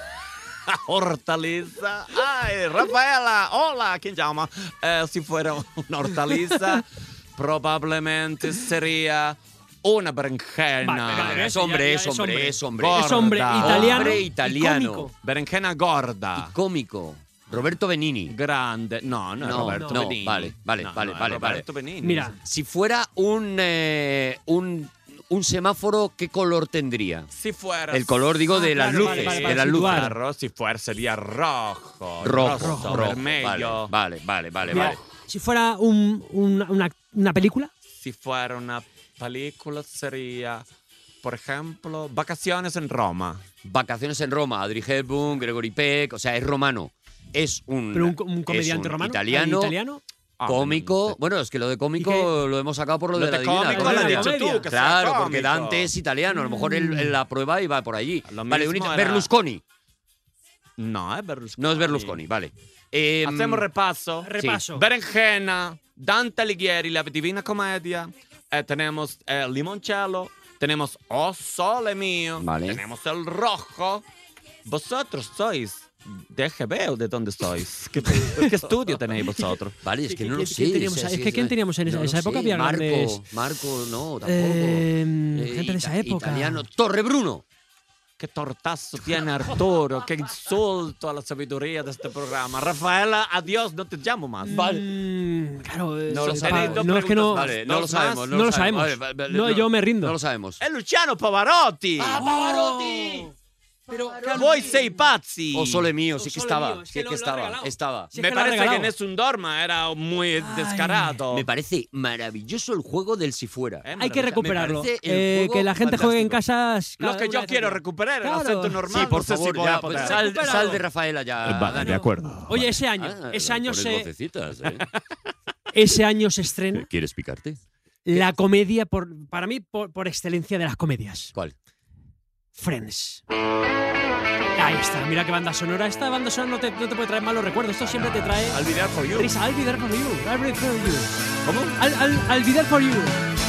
hortaliza. ¡Ay, Rafaela! ¡Hola! ¿Quién llama? Si fuera una hortaliza, probablemente sería una berenjena. Vale, Es hombre, ya es hombre, es hombre. Gorda. Es hombre italiano. Hombre y italiano. cómico. Berenjena gorda. Cómico. Roberto Benini. Grande. No, no es No, Roberto no, Benigni. vale, vale, No, vale, no es vale, Roberto Benigni. Mira, Si fuera un semáforo, ¿qué color tendría? Si fuera. El color, digo, de las claro, luces. vale, de las situar. luces. Claro, si fuera sería rojo. Rojo. vermelho. Vale. mira, si fuera una película. Si fuera una película sería, por ejemplo, Vacaciones en Roma. Vacaciones en Roma, Audrey Hepburn, Gregory Peck, o sea, es romano. Es un, Pero un comediante es un romano. italiano, cómico. Bueno, es que lo de cómico ¿Y qué? lo hemos sacado por lo Lo de la de Divina cómico lo lo has de Comedia. dicho tú, que sea Claro, porque cómico. Dante es italiano. A lo mejor él en la prueba iba por allí. Lo Vale, mismo era- Berlusconi. No, es Berlusconi. No es Berlusconi, vale. Hacemos repaso. Repaso. Berenjena, Dante Alighieri, La Divina Comedia. Tenemos limoncello. Tenemos O Sole Mio. Vale. Tenemos el rojo. Vosotros sois de EGB o de dónde sois? ¿Qué estudio tenéis vosotros? Vale, es que no lo sé. ¿Quién teníamos, o sea, es que ¿quién teníamos en esa época? Había grandes... Marco, no, tampoco. Gente de esa época. Italiano. Torrebruno. Qué tortazo tiene Arturo, qué insulto a la sabiduría de este programa. Rafaela, adiós, no te llamo más. Claro, No lo es sabemos. que no, Vale, no lo sabemos. no lo sabemos. Vale, No, yo me rindo. No lo sabemos. Es Luciano Pavarotti. Pavarotti! Pero Voi sei pazzi. O Sole Mío, sí O que Sole estaba. Mío, es Sí que que lo ha estaba. regalado. Estaba. Sí, es Me que lo ha parece que regalado. Nessun Dorma era muy descarado. Me parece maravilloso el juego del si fuera. Hay que recuperarlo. Me parece el juego Que la gente juegue en casas. Lo que yo quiero recuperar, el Claro. acento normal. Sí, por no sé si favor, voy ya, a pues poder. sal de Rafaela ya. Vale, de acuerdo. Oye, ese año Pones se, vocecitas, ¿eh? ese año se estrena ¿Quieres picarte? la comedia, para mí, por excelencia de las comedias. ¿Cuál? Friends. Ahí está, mira qué banda sonora. Esta banda sonora no te puede traer malos recuerdos. Esto siempre te trae I'll be there for you. risa. I'll be there for you. I'll be there for you. ¿Cómo? I'll be there for you.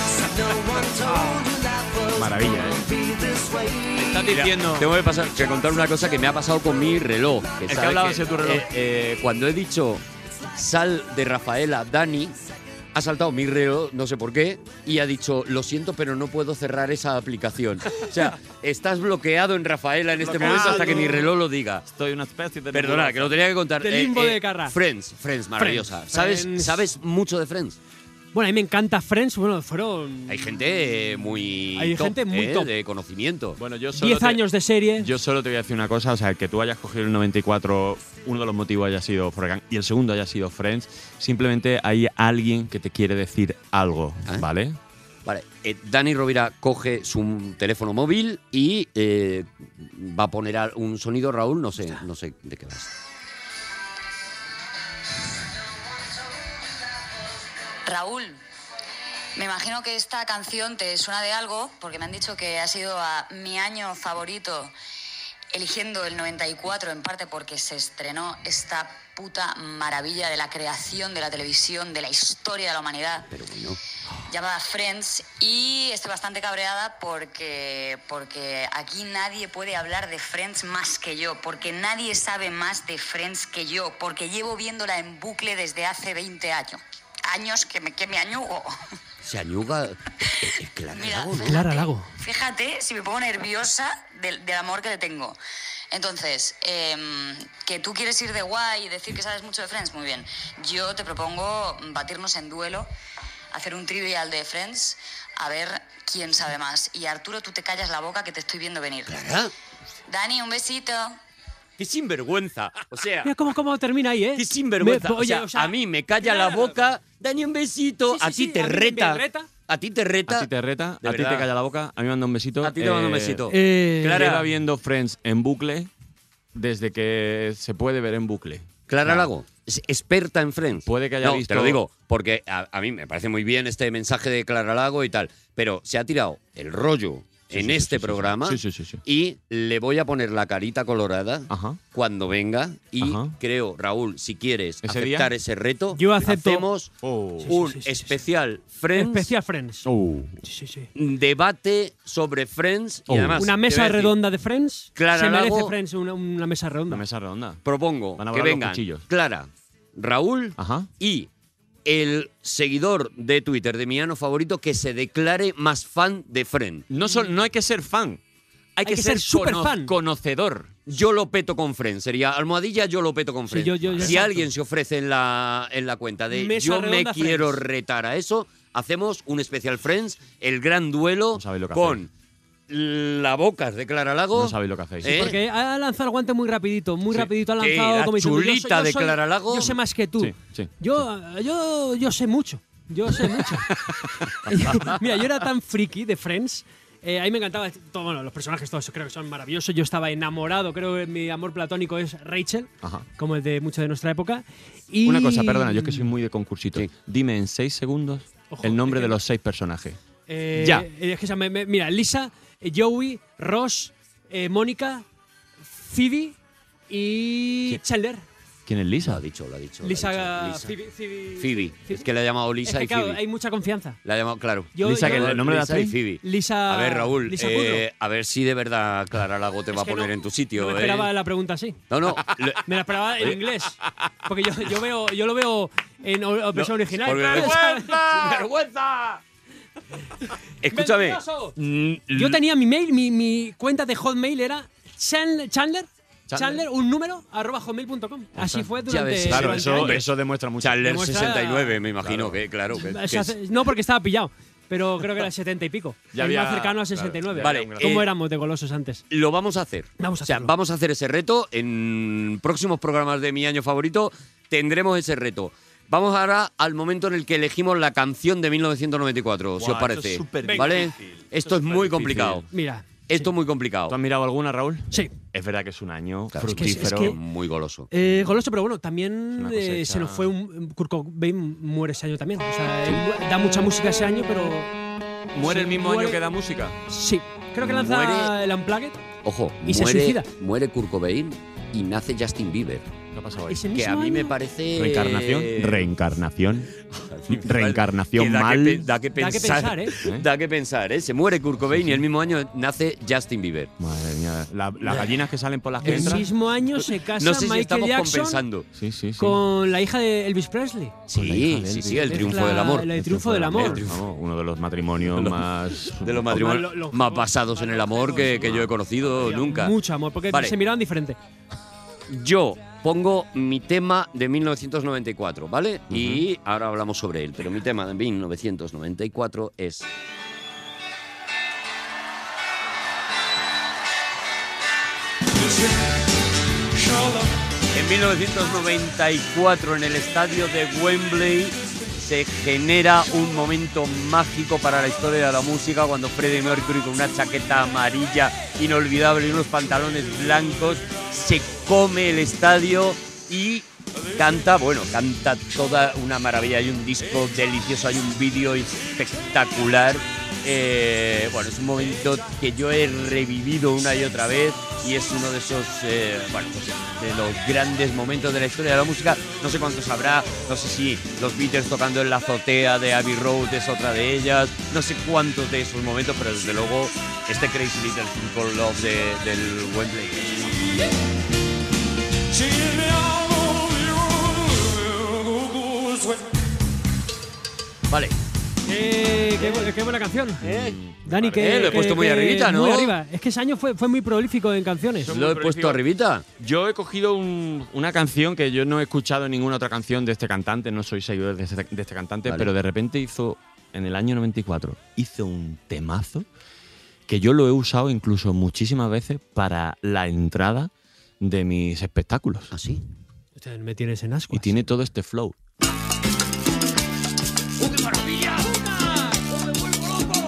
Maravilla, ¿eh? Estás diciendo. Tengo que contar una cosa que me ha pasado con mi reloj. ¿El que sabe hablabas de tu reloj? Cuando he dicho sal de Rafaela, Dani, ha saltado mi reloj, no sé por qué, y ha dicho, lo siento, pero no puedo cerrar esa aplicación. O sea, estás bloqueado en Rafaela en este Bloqueado. momento hasta que mi reloj lo diga. Estoy una especie de. Perdona, que lo tenía que contar. Del limbo de Carra. Friends, maravillosa. Friends. ¿Sabes mucho de Friends? Bueno, a mí me encanta Friends. Bueno, fueron Hay gente muy Hay top, gente muy top. de conocimiento. Bueno, yo solo 10 años de serie. Yo solo te voy a decir una cosa, o sea, que tú hayas cogido el 94, uno de los motivos haya sido Forrest Gump y el segundo haya sido Friends, simplemente hay alguien que te quiere decir algo, ¿Eh? ¿vale? Vale, Dani Rovira coge su teléfono móvil y va a poner un sonido, Raúl, no sé de qué vas. Raúl, me imagino que esta canción te suena de algo, porque me han dicho que ha sido a mi año favorito, eligiendo el 94, en parte porque se estrenó esta puta maravilla de la creación de la televisión, de la historia de la humanidad, Pero bueno. llamada Friends, y estoy bastante cabreada porque aquí nadie puede hablar de Friends más que yo, porque nadie sabe más de Friends que yo, porque llevo viéndola en bucle desde hace 20 años que me añugo. Se añuga. Clara Mira, Lago, ¿no? Clara Lago. Fíjate si me pongo nerviosa del amor que le tengo. Entonces, que tú quieres ir de guay y decir que sabes mucho de Friends, muy bien. Yo te propongo batirnos en duelo, hacer un trivial de Friends, a ver quién sabe más. Y Arturo, tú te callas la boca que te estoy viendo venir. Clara. Dani, un besito. ¡Qué sinvergüenza! O sea, Mira cómo termina ahí, ¿eh? qué sinvergüenza. Oye, o sea, a mí me calla la boca, Dani, un besito. Sí, sí, a ti sí, te a mí me reta. reta. A ti te reta. A ti te reta, De a ti te verdad. calla la boca, a mí me manda un besito. A ti te mando un besito. Clara Clara. va viendo Friends en bucle desde que se puede ver en bucle. Clara Claro. Lago, es experta en Friends. Puede que haya no, visto- te lo digo, porque a mí me parece muy bien este mensaje de Clara Lago y tal, pero se ha tirado el rollo en este programa Sí. y le voy a poner la carita colorada Ajá. cuando venga y Ajá. creo, Raúl, si quieres ¿Ese aceptar día? ese reto, Yo acepto. hacemos Oh. un sí, sí. especial Friends, Especial Friends. Oh. Sí. debate sobre Friends y Oh. además Una te mesa voy a decir, redonda de Friends. Clara Se merece Lago- Friends una mesa redonda. Una mesa redonda. propongo Van a que volar los vengan cuchillos. Clara, Raúl Ajá. y el seguidor de Twitter de mi ano favorito que se declare más fan de Friends. No hay que ser fan. Hay que ser superfan. conocedor. Yo lo peto con Friends, sería almohadilla, yo lo peto con Sí, Friends. yo- si exacto. alguien se ofrece en la cuenta de Mesa yo me redonda quiero Friends. retar a eso, hacemos un especial Friends, el gran duelo No sabéis lo que con la Bocas de Clara Lago. No sabéis lo que hacéis. ¿Eh? Porque ha lanzado el guante muy rapidito Sí. ha Que lanzado la como diciendo, chulita de soy- Clara Lago. Yo sé más que tú. Sí. Yo sé mucho. Yo sé mucho. Mira, yo era tan friki de Friends. A mí me encantaba todo, bueno, los personajes todos creo que son maravillosos. Yo estaba enamorado, creo que mi amor platónico es Rachel, Ajá. como el de mucho de nuestra época. Y Una cosa, perdona, yo es que soy muy de concursito. Sí. Dime en 6 segundos Ojo, el nombre es que- de los 6 personajes. Ya. Es que, mira, Lisa, Joey, Ross, Mónica, Phoebe y Chandler. ¿Quién es Lisa? Lo ha dicho. Lisa. Phoebe. Es que le ha llamado Lisa Es que, y claro, Phoebe. hay mucha confianza. La ha llamado, claro. Lisa, que el nombre de la Lisa y actriz. Phoebe. Lisa. A ver, Raúl, Lisa Kudrow. a ver si de verdad Clara Lago te va a que poner no- en tu sitio. No me esperaba la pregunta así. No. Me la esperaba en inglés. Porque yo lo veo en versión original. porque- ¡Vergüenza! Escúchame. ¡Mentiroso! Yo tenía mi mail, mi cuenta de Hotmail era Chandler, un número, @hotmail.com. Así fue Ya durante. ves, Claro, durante años. eso demuestra mucho. Chandler Demuestra- 69, me imagino que, claro. No, porque estaba pillado. Pero creo que era 70 y pico. Ya el había- más cercano a claro, 69. ya había un gran- ¿Cómo éramos de golosos antes? Lo vamos a hacer. Vamos a O sea, hacerlo. vamos a hacer ese reto. En próximos programas de Mi Año Favorito tendremos ese reto. Vamos ahora al momento en el que elegimos la canción de 1994, si os Buah, esto parece. es súper ¿Vale? difícil. Esto es muy difícil. complicado. Mira. Esto es muy complicado. ¿Tú has mirado alguna, Raúl? Sí. Es verdad que es un año Claro, es que fructífero. muy goloso. Goloso, pero bueno, también una cosecha. se nos fue Kurt Cobain muere ese año también. O sea, él da mucha música ese año, pero. ¿Muere el mismo muere- año que da música? Sí. Creo que lanza Muere- el Unplugged. Ojo, Y se suicida. muere Kurt Cobain y nace Justin Bieber. ¿Qué ha pasado ahí? Ese Que a mismo mí me año. parece. Reencarnación. Reencarnación. Que Reencarnación da que mal. pe- da que Da que pensar, pensar, ¿eh? Da que pensar, ¿eh? Se muere Kurt Cobain y el mismo año nace Justin Bieber. Madre mía. Las gallinas que salen por las El piedras. mismo año se casa No sé si Michael estamos Jackson compensando. Sí, sí, sí. con la hija de Elvis Presley. Con la hija Sí, de sí, Elvis. sí, el Es triunfo del amor. El triunfo del amor. Vamos, uno de los matrimonios más. De los matrimonios Lo- más basados en el amor que yo he conocido Había nunca. Mucho amor, porque Vale. se miraban diferente. Yo pongo mi tema de 1994, ¿vale? Y ahora hablamos sobre él. Pero mi tema de 1994 es. En 1994, en el estadio de Wembley, se genera un momento mágico para la historia de la música cuando Freddie Mercury, con una chaqueta amarilla inolvidable y unos pantalones blancos, se come el estadio y canta toda una maravilla. Hay un disco delicioso, hay un vídeo espectacular. Bueno, es un momento que yo he revivido una y otra vez y es uno de esos, de los grandes momentos de la historia de la música. No sé cuántos habrá, no sé si los Beatles tocando en la azotea de Abbey Road es otra de ellas, no sé cuántos de esos momentos, pero desde luego este Crazy Little Thing Called Love del Wembley. Vale. Qué buena canción. Dani, Vale, que lo he puesto muy arribita, ¿no? Muy arriba. Es que ese año fue muy prolífico en canciones. Lo he puesto arribita. Yo he cogido una canción que yo no he escuchado ninguna otra canción de este cantante, no soy seguidor de este cantante, Vale. pero de repente en el año 94, hizo un temazo que yo lo he usado incluso muchísimas veces para la entrada de mis espectáculos. ¿Ah, sí? Me tienes en ascuas. Y tiene todo este flow. ¡Qué maravilla! ¡Me vuelvo loco!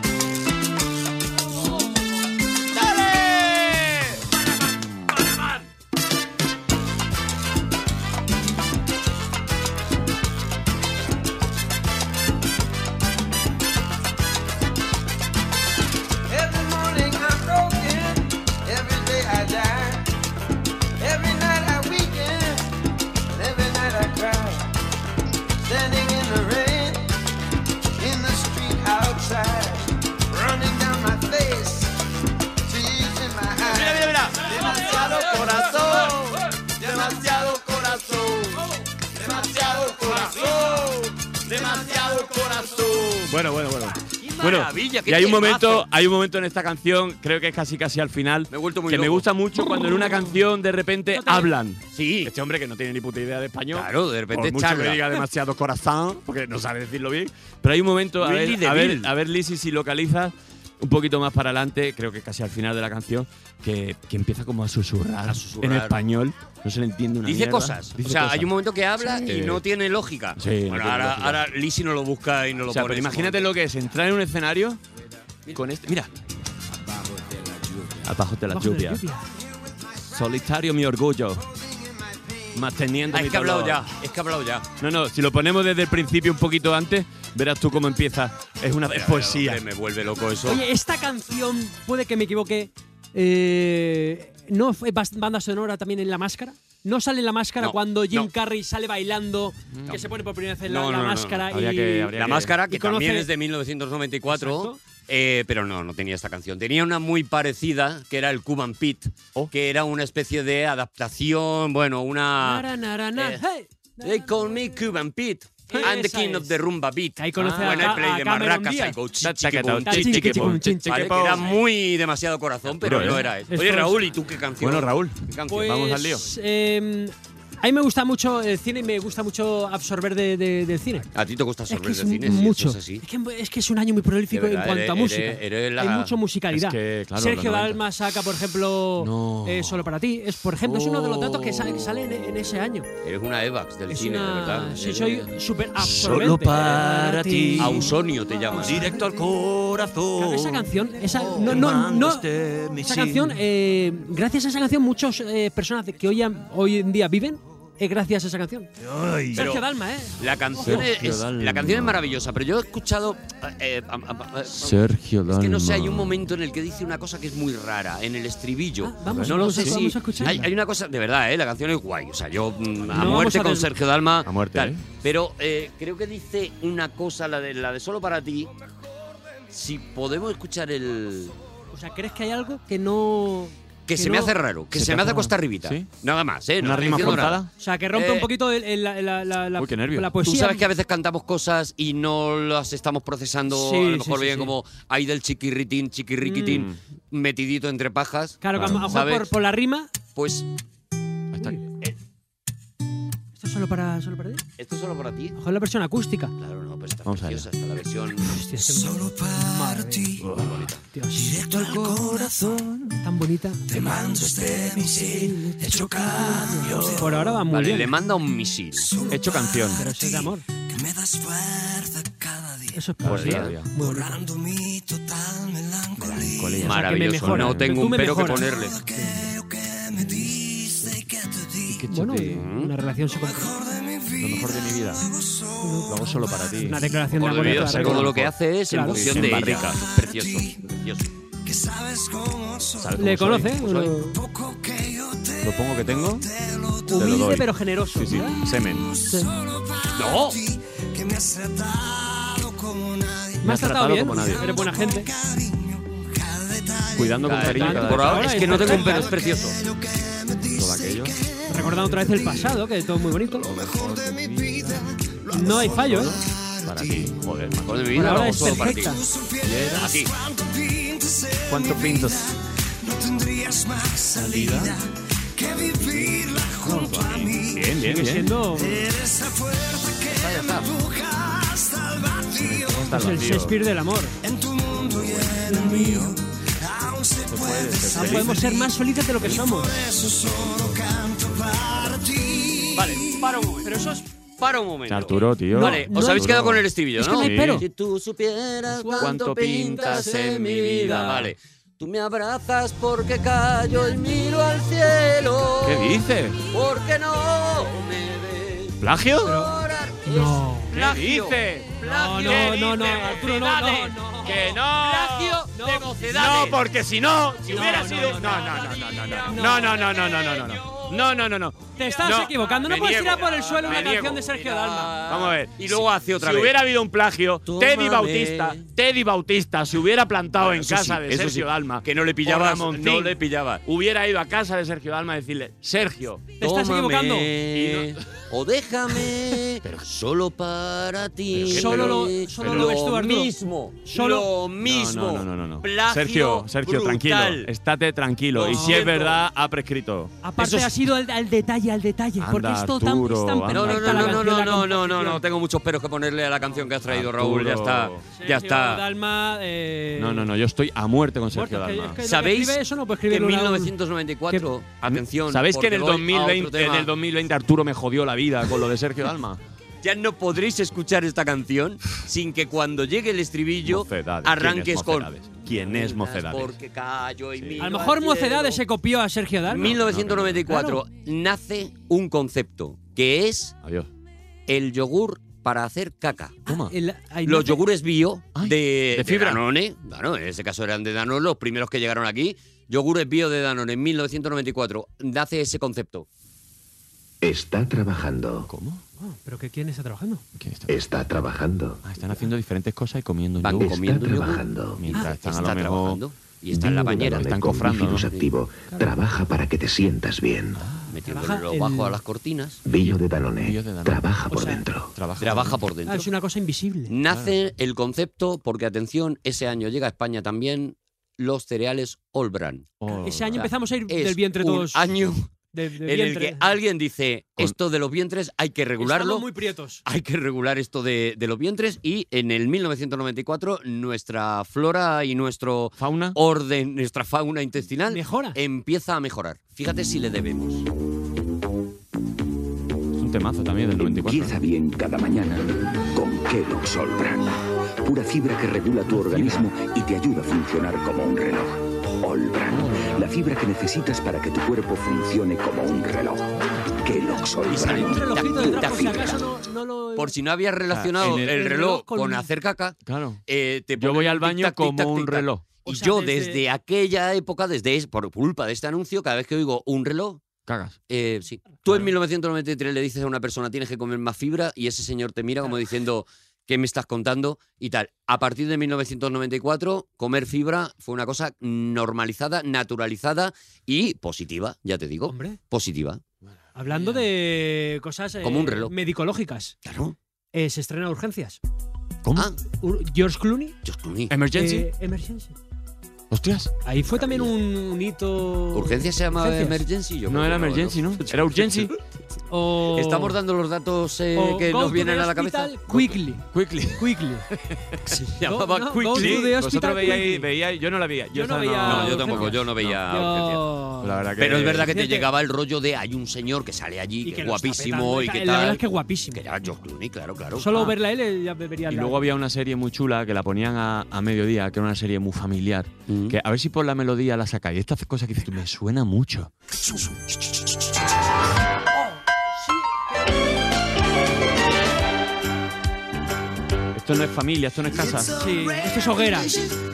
Every morning I'm broken, every day I die, every night I weaken, every night I cry. Standing in the rain, in the street outside, running down my face, tears in my eyes. Mira, mira, mira. Demasiado corazón, demasiado corazón, demasiado corazón, demasiado corazón. Bueno. maravilla, qué y hay un temazo. momento en esta canción, creo que es casi al final, Me he vuelto muy que me loco. gusta mucho cuando en una canción de repente hablan. Sí. Este hombre que no tiene ni puta idea de español. Claro, de repente por mucho charla. que diga demasiado corazón, porque no sabe decirlo bien. Pero hay un momento, Willy DeVille. a ver, Lizzy, si localizas un poquito más para adelante, creo que casi al final de la canción, que empieza como a susurrar, en español. No se le entiende una Dice mierda. cosas. Dice o sea, cosas. hay un momento que habla Sí. y no tiene lógica. Sí, no bueno, tiene ahora, lógica. ahora Lizzy no lo busca y no lo O sea, pone. pero en ese imagínate momento. lo que es entrar en un escenario con este. Mira. Abajo de la Bajo de lluvia. Solitario mi orgullo. Manteniendo Ah, mi es que ha hablado dolor. ya. Es que ha hablado ya. No, si lo ponemos desde el principio un poquito antes, verás tú cómo empieza. Es una Mira, poesía. hombre, me vuelve loco eso. Oye, esta canción, puede que me equivoque, ¿No fue banda sonora también en La Máscara? ¿No sale en La Máscara No, cuando Jim no. Carrey sale bailando, que se pone por primera vez en la Máscara? Habría Y que- La Máscara, que conoce- también es de 1994, pero no tenía esta canción. Tenía una muy parecida, que era el Cuban Pete, que era una especie de adaptación, bueno, una... Nara, nara, na, hey. They call me Cuban Pete. I'm the Esa king of es. the rumba beat. Ahí conoce When a I play the Cameron maracas, Díaz. I go Chiqui, chiqui-pum, chiqui, chiqui-pum. chiqui, Vale, que era muy demasiado corazón, pero Duro, no ¿eh? era eso. Esto Oye, es- Raúl, ¿y tú qué canción? Bueno, Raúl, ¿Qué canción? Pues, vamos al lío. A mí me gusta mucho el cine y me gusta mucho absorber del cine. A ti te gusta absorber es que de es cine, sí, mucho. eso es así. Es que es un año muy prolífico De en verdad, cuanto a eres- música. eres la- Hay mucha musicalidad. Es que, claro, Sergio los 90. Dalma saca, por ejemplo, No. Solo para ti. Por ejemplo, es uno de los datos que sale en ese año. Eres una Evax del Es cine, de una. verdad. Sí, Eres- soy súper absorbente. Solo para ti. Ausonio te llamas. Directo al corazón. Claro, esa canción, esa Esa canción, gracias a esa canción, muchas personas que hoy en día viven, gracias a esa canción. Sergio Dalma, La canción, Sergio es, Dalma. la canción es maravillosa, pero yo he escuchado. Sergio Es Dalma. que no sé, hay un momento en el que dice una cosa que es muy rara, en el estribillo. Vamos, no lo vamos sé a- si. vamos a escucharla. Hay una cosa, de verdad, la canción es guay. O sea, yo a vamos muerte a con ver- Sergio Dalma. A muerte, tal. ¿eh? Pero creo que dice una cosa, la de Solo para ti. Si podemos escuchar el. O sea, ¿crees que hay algo que no. Que se me hace raro, que se me hace cuesta arribita. ¿Sí? Nada más, ¿eh? No ¿Una estoy rima diciendo forzada? nada. O sea, que rompe Eh, un poquito la Uy, qué nervio. la Tú poesía. sabes que a veces cantamos cosas y no las estamos procesando Sí, a lo sí, mejor sí, bien sí. como ahí del chiquirriquitín metidito entre pajas. Claro, que a lo mejor ¿sabes? por la rima. Pues Ahí está. ¿Esto es solo para ti? esto es solo para ti. A lo mejor la versión acústica. Claro, no, pero está Vamos a preciosa, está la versión Hostia, solo para ti. Directo al corazón. Tan bonita. Te mando este misil hecho cambio. Por ahora va muy Vale, bien. le manda un misil. Hecho canción. Pero eso es de amor. Me das fuerza cada día, Eso es Pues poesía. ya. Muy bonito. borrando mi total melancolía. O sea, que me Maravilloso, mejora. no tengo Tú un me pero que mejoras. ponerle. Aquello que me diste y que te di, Bueno, chuti. una relación se compra. Lo mejor de mi vida. Lo hago solo para ti. Una declaración de Por amor. debido y a otra todo regla. lo que hace es Claro. en función Se de embarrica. ella. Precioso, precioso. que sabes cómo soy. ¿Sabes Le cómo soy? conoce. ¿Cómo soy? uno- Poco que yo te Lo pongo que tengo. te lo Humilde doy. pero generoso. Sí, sí. ¿verdad? Semen. Sí. ¡No! que me has tratado como nadie. Me has tratado bien. como nadie. Eres buena gente. Cuidando con cariño cada Por ahora Ahora es que no tengo un pero, es perfecta. precioso. todo aquello. Recordando otra vez el pasado, que todo muy bonito. No hay fallo, ¿eh? Para ti. Joder, macho. Por de mi Por vida ahora lo hago es solo para ti. perfecta. Aquí. ¿Cuánto pintas? No tendrías más salida que vivirla junto a mí. Bien, bien, Sigue bien. siendo Eres la fuerza que me empuja hasta el vacío. Hasta el el vacío. Shakespeare del amor. En tu mundo y en el mío, aún se puede ser. No podemos ser más felices de lo que somos. Eso solo canto para ti. Vale, para un momento. Pero eso es para un momento. Arturo, tío. Vale, os no, habéis Arturo. quedado con el estribillo, Es que ¿no? no hay pero. Si tú supieras ¿Cuánto cuánto pintas en mi vida. Vale. Tú me abrazas porque callo y miro al cielo. ¿Qué dices? Porque no me ves ¿Plagio? llorar. No. ¿Qué Plagio. dices? Plagio. No, Arturo, no. Que no. Plagio de mocedades. No, porque si no, si No, hubiera no, sido. no, No. Te estás No, equivocando. No me puedes niego, tirar por el suelo me una canción niego. de Sergio Dalma. Vamos a ver. Y luego hace otra si vez. hubiera habido un plagio, Tómame. Teddy Bautista se hubiera plantado en Eso casa sí, de eso Sergio sí, Dalma. que no le o pillabas, Ramoncín, no le pillabas. Hubiera ido a casa de Sergio Dalma a decirle, Sergio, Te estás equivocando. Tómame, o déjame solo para ti. Pero Solo lo ves tú, Arturo. mismo. Solo- Lo mismo. No. Plagio Sergio, brutal. tranquilo. Estate tranquilo. Lo Y si es siento. verdad, ha prescrito. Aparte Eso ha es- sido al detalle. Porque Anda, esto Arturo, es tan anda. No, perfecta la canción, la composición. tengo muchos peros que ponerle a la canción que has traído, Raúl, ya está, Arturo. ya Sergio está. Dalma. No, yo estoy a muerte con Sergio Muerto, Dalma. es que lo que ¿Sabéis escribe eso no puede que en escribirlo una- 1994, atención, ¿Sabéis que en porque el voy a otro 2020, tema, en el 2020 Arturo me jodió la vida con lo de Sergio Dalma? ya no podréis escuchar esta canción sin que cuando llegue el estribillo Mocedades. arranques con ¿Quién es Mocedades? Porque callo y miro A lo mejor al Mocedades cielo. se copió a Sergio Dalma. 1994 nace un concepto que es Adiós. el yogur para hacer caca. Toma. Los yogures bio Ay, de de fibra. Danone, bueno, en ese caso eran de Danone, los primeros que llegaron aquí. Yogures bio de Danone en 1994 nace ese concepto. Está trabajando. ¿Cómo? ¿Pero quién está trabajando? Está trabajando. Están haciendo diferentes cosas y comiendo Van yogur. comiendo Está yogur. trabajando. Mientras están a Está lo mejor trabajando. Y está en la bañera. Danone están con cofrando, bífidus ¿no? activo. Trabaja para que te sientas bien. Metiéndolo bajo a las cortinas. Vino de Danone. Vino de Danone. Trabaja por O sea, dentro. Trabaja por dentro. Es una cosa invisible. Nace el concepto, porque atención, ese año llega a España también los cereales All Bran. Ese año empezamos a ir Es del vientre un todos. año de en el vientre. que alguien dice, esto de los vientres hay que regularlo. Estamos muy prietos. Hay que regular esto de los vientres y en el 1994 nuestra flora y nuestro orden, nuestra fauna intestinal empieza a mejorar. Fíjate si le debemos. Es un temazo también del 94. Empieza bien cada mañana con Kellogg's All Bran. Pura fibra que regula tu organismo y te ayuda a funcionar como un reloj. All Bran, la fibra que necesitas para que tu cuerpo funcione como un reloj. Kellogg's All Bran. Un relojito detrás, por si fibra. acaso no lo... Por si no habías relacionado en el reloj con hacer caca, Claro. te Yo ponen voy al tic-tac, baño tic-tac, como un tic-tac. reloj. Y O sea, yo desde- desde aquella época, por culpa de este anuncio, cada vez que oigo un reloj, Cagas. sí. Tú en 1993 le dices a una persona tienes que comer más fibra y ese señor te mira como diciendo ¿qué me estás contando? Y tal. A partir de 1994 comer fibra fue una cosa normalizada, naturalizada y positiva, ya te digo. Hombre. Positiva. Hablando de cosas Como un reloj. medicológicas. Claro. Se estrena Urgencias. ¿Cómo? George Clooney. George Clooney. Emergency. Emergency. Hostias. Ahí fue también un hito... ¿Urgencia se llamaba Urgencias. Emergency? Yo No creo era que Emergency, ¿no? Era Urgency. O... Estamos dando los datos o que Go nos to vienen the a la cabeza. Hospital Quickly. Quickly. Quickly. Se llamaba No, Quickly. Go to the Hospital Vosotros Quickly. veíais, yo no la veía. Yo no esta veía- No, yo Urgencias. tampoco, yo no veía Urgencias. Yo- La verdad que Pero es verdad que te Fíjate. llegaba el rollo de hay un señor que sale allí, Y que es lo está guapísimo petando. y que La verdad tal. es que guapísimo. Que era George Clooney, claro, claro. Solo verla a él ya bebería Y la- luego había una serie muy chula que la ponían a mediodía, que era una serie muy familiar. Que a ver si por la melodía la sacáis. Esta cosa que dices tú, me suena mucho. Esto no es familia, esto no es casa. Sí, esto es hoguera.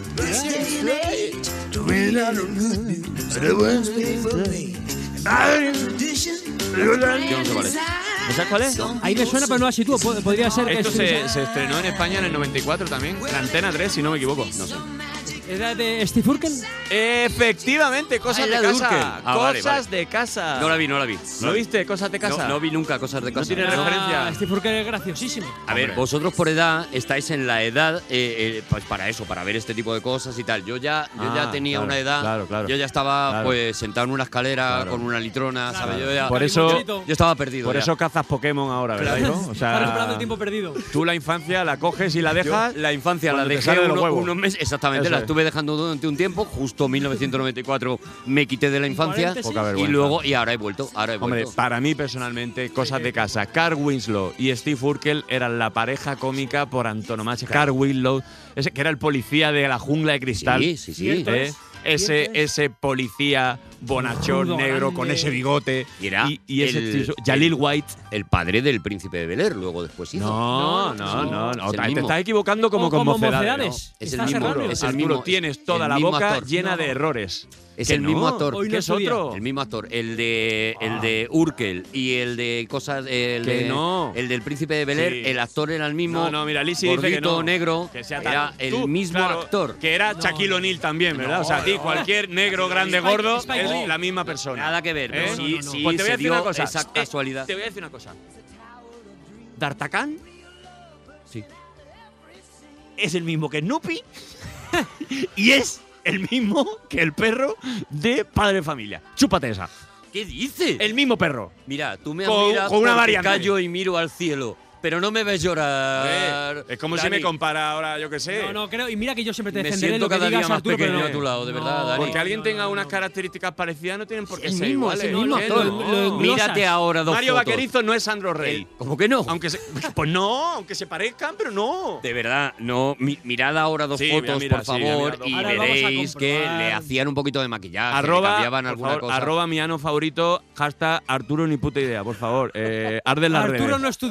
Yo no sé cuál es. ¿No sabes cuál es? Ahí me suena, pero no así tú. Podría ser que Esto es- se estrenó en España en el 94 también. En Antena 3, si no me equivoco. No sé. ¿Era de Steve Urkel? Efectivamente, cosas era de de Urkel. casa. Ah, vale, Cosas vale. de casa. No la vi, no la vi. ¿Lo viste? Cosas de casa. No vi nunca cosas de casa. tiene referencia. Steve Urkel es graciosísimo. A ver, vosotros por edad estáis en la edad pues para eso, para ver este tipo de cosas y tal. Yo ya tenía claro, una edad. claro. Yo ya estaba Claro. pues sentado en una escalera Claro. con una litrona, ¿sabes? Yo ya, Por eso, yo estaba perdido. por ya. eso cazas Pokémon ahora, ¿verdad, Claro. hijo? O Está recuperando el sea, tiempo perdido. tú la infancia la coges y la dejas. Yo la infancia la cuando te dejé sale de los huevos. unos meses, exactamente, Eso la es. estuve dejando durante un tiempo, justo 1994 me quité de la infancia Poca y vergüenza. luego y ahora he vuelto, Hombre, para mí personalmente, cosas de casa. Carl Winslow y Steve Urkel eran la pareja cómica por antonomasia. Carl Winslow, ese que era el policía de la jungla de cristal. Sí, sí, sí. Cierto es. Ese policía bonachón, Rudo, negro, grande. con ese bigote. Y era y ese el- tío, Jalil White. el padre del príncipe de Bel-Air, luego después hizo. No, Es el te mismo. estás equivocando como O con como Mocedades. Mocedades. Es el Estás mismo, erróneo. es el Arturo, mismo. tienes toda el la mismo boca actor. llena No. de errores. Es Que el mismo no. actor. Hoy no ¿Qué es es su día. otro? El mismo actor, el de Urkel y el de cosas, el Que de no. el del príncipe de Bel-Air, Sí. el actor era el mismo. No, mira, Lizzie dice que gordito, no. negro, Que sea era tal. el Tú, mismo claro, actor. Que era Shaquille O'Neal también, ¿verdad? No, o sea, a ti no. cualquier negro, grande, Spike- gordo Spike es Lee. la misma persona. Nada que ver, pero ¿Eh? sí, no. sí Pues te voy a se decir una dio cosa. esa casualidad. Te voy a decir una cosa. D'Artagnan Sí. es el mismo que Snoopy y es el mismo que el perro de Padre de Familia. Chúpate esa. ¿Qué dices? El mismo perro. Mira, tú me Con- miras con una porque variante. callo y miro al cielo, pero no me ves llorar. Es como si Dani. me compara ahora, yo qué sé. No, creo. Y mira que yo siempre te Me defenderé siento lo que cada digas, día más Arturo, pero pequeño no. a tu lado, de verdad, No, Dani. Porque alguien tenga no, unas no. características parecidas no tienen por qué Es el ser mismo, iguales. es el mismo ¿Por qué actor. no? Lo englosas. Mírate ahora dos Mario fotos. Vaquerizo no es Sandro Rey. ¿Cómo que no? Aunque pues no, aunque se parezcan, pero no. De verdad, no. Mirad ahora dos Sí, voy a fotos, mirar, por sí, voy a favor, mirar dos y fotos. Ahora vamos a veréis que comprobar. le hacían un poquito de maquillaje, le Arroba, cambiaban por alguna favor, cosa. arroba mi ano favorito, hashtag Arturo ni puta idea, por favor. Arden las Arturo redes. no es tu día.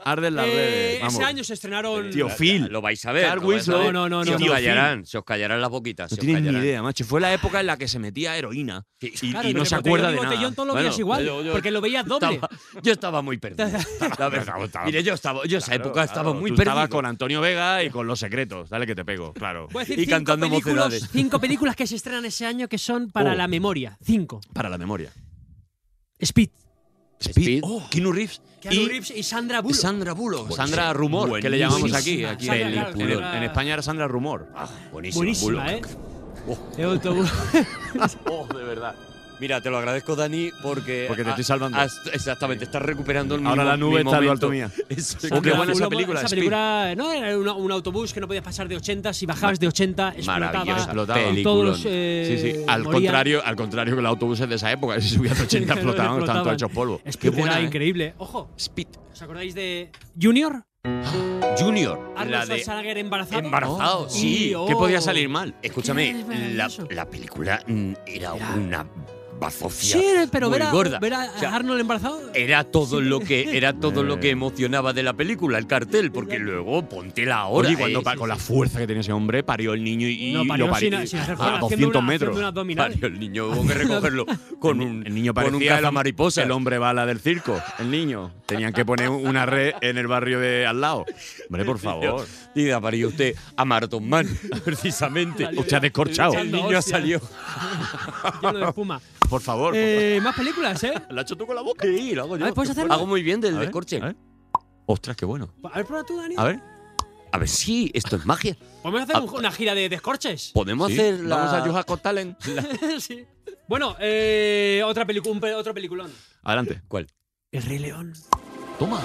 Arden las redes. Vamos. Ese año se estrenaron. Tío, Phil. Lo vais a ver. Carl lo vais a Winslow. ver. No. Se os Tío, callarán, se os callarán las boquitas. No se os tienes ni callarán. idea, macho. Fue la época en la que se metía heroína y Claro, no pero se Botellón acuerda y de nada. Botellón todo lo veías igual, porque lo veías doble. Yo estaba muy perdido. La verdad. Mire, yo esa época estaba muy Tú perdido. estabas con Antonio Vega y con Los Secretos. Dale que te pego, claro. Voy a decir Y cantando mocedades. 5 películas que se estrenan ese año que son para la memoria. 5. Para la memoria. Speed. Speed. Keanu Reeves. Keanu Reeves y Sandra Bullock. Sandra Bullock. Buenísima. Sandra Rumor, que le llamamos aquí. Aquí Sandra, claro, en España era Sandra Rumor. Buenísima, ¿eh? Oh. El autobús. De verdad. Mira, te lo agradezco, Dani, porque te estoy salvando. Exactamente, estás recuperando el Ahora mismo, la nube está en lo alto mía. Eso, Qué buena esa película. Esa película, no, era un autobús que no podías pasar de 80. Si bajabas de 80, explotaba. Explotaba. Todos Sí. Al contrario que los autobuses de esa época. Si subías de 80 explotaban, estaban todos hechos polvo. Speed Qué buena, era ¿eh? increíble. Ojo. Speed. ¿Os acordáis de Junior? Junior. Arnold La de Schwarzenegger embarazado. Embarazado, sí. ¿Qué podía salir mal? Escúchame, la película era una bazofia Sí, pero muy gorda. ver a O sea, Arnold embarazado. Era todo lo que emocionaba de la película, el cartel, porque luego ponte la hora. Oye, cuando con la fuerza que tenía ese hombre, parió el niño y No, parió lo parió sin hacer a fuerza, 200 metros. Parió el niño, hubo que recogerlo con un, El niño con un parecía la mariposa. el hombre bala del circo, el niño. Tenían que poner una red en el barrio de al lado. Hombre, por favor. Y parió usted a Marathon Man, precisamente. Usted ha descorchado. El niño salió. Lleno de espuma. Por favor. Más películas, ¿eh? ¿La has hecho tú con la boca? Sí, lo hago yo. A ver, ¿puedes hacerlo? Hago muy bien del A ver, descorche. a ver. Ostras, qué bueno. A ver, prueba tú, Dani. A ver. A ver, sí, esto es magia. Podemos hacer una gira de descorches. Podemos Sí, hacer la… Vamos a Yuja Got Talent. Sí. Bueno, otro peliculón. Adelante. ¿Cuál? El Rey León. Toma.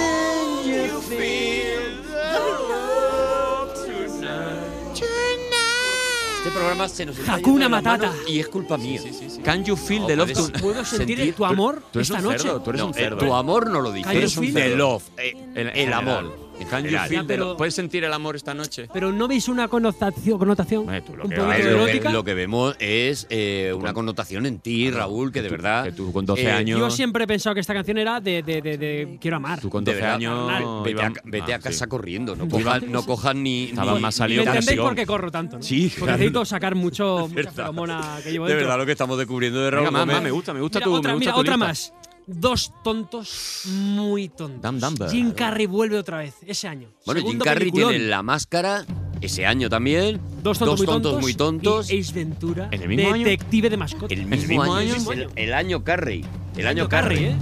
Este programa se nos está Hakuna yendo de las Matata. manos y es culpa mía. Can you feel the love puedes- to… ¿Puedo sentir tu amor Tú eres esta un noche? cerdo, tú eres un cerdo. Tu amor no lo dices. Can you Eres un feel- The love. En El general. amor. En Can you general. feel Ya, the pero- love? ¿Puedes sentir el amor esta noche? Pero no veis una connotación Tú lo un que poquito vas- erótica. Lo que vemos es una connotación en ti, Raúl, que de verdad… Que tú con 12 años… Yo siempre he pensado que esta canción era de Quiero amar. Tú con de 12 verdad, años… Vete a sí. casa corriendo, no Tú cojas ni… Estaban ni- más ¿Me salido que entendéis acción. por qué corro tanto? ¿no? Sí, Porque claro. necesito sacar mucha verdad. feromona que llevo De dentro. verdad lo que estamos descubriendo de Raúl Venga, Gómez. más, me gusta Mira, tu, otra, me gusta mira, tu otra lista. más. Dos tontos muy tontos. Dumb Dumber. Jim Carrey vuelve otra vez ese año. Bueno, Jim Segundo Carrey peliculón. tiene La Máscara ese año también. Dos tontos, muy tontos. Y Ace Ventura, ¿En el mismo año? detective de mascotas. El mismo año, es el año Carrey. El año Carrey. ¿eh?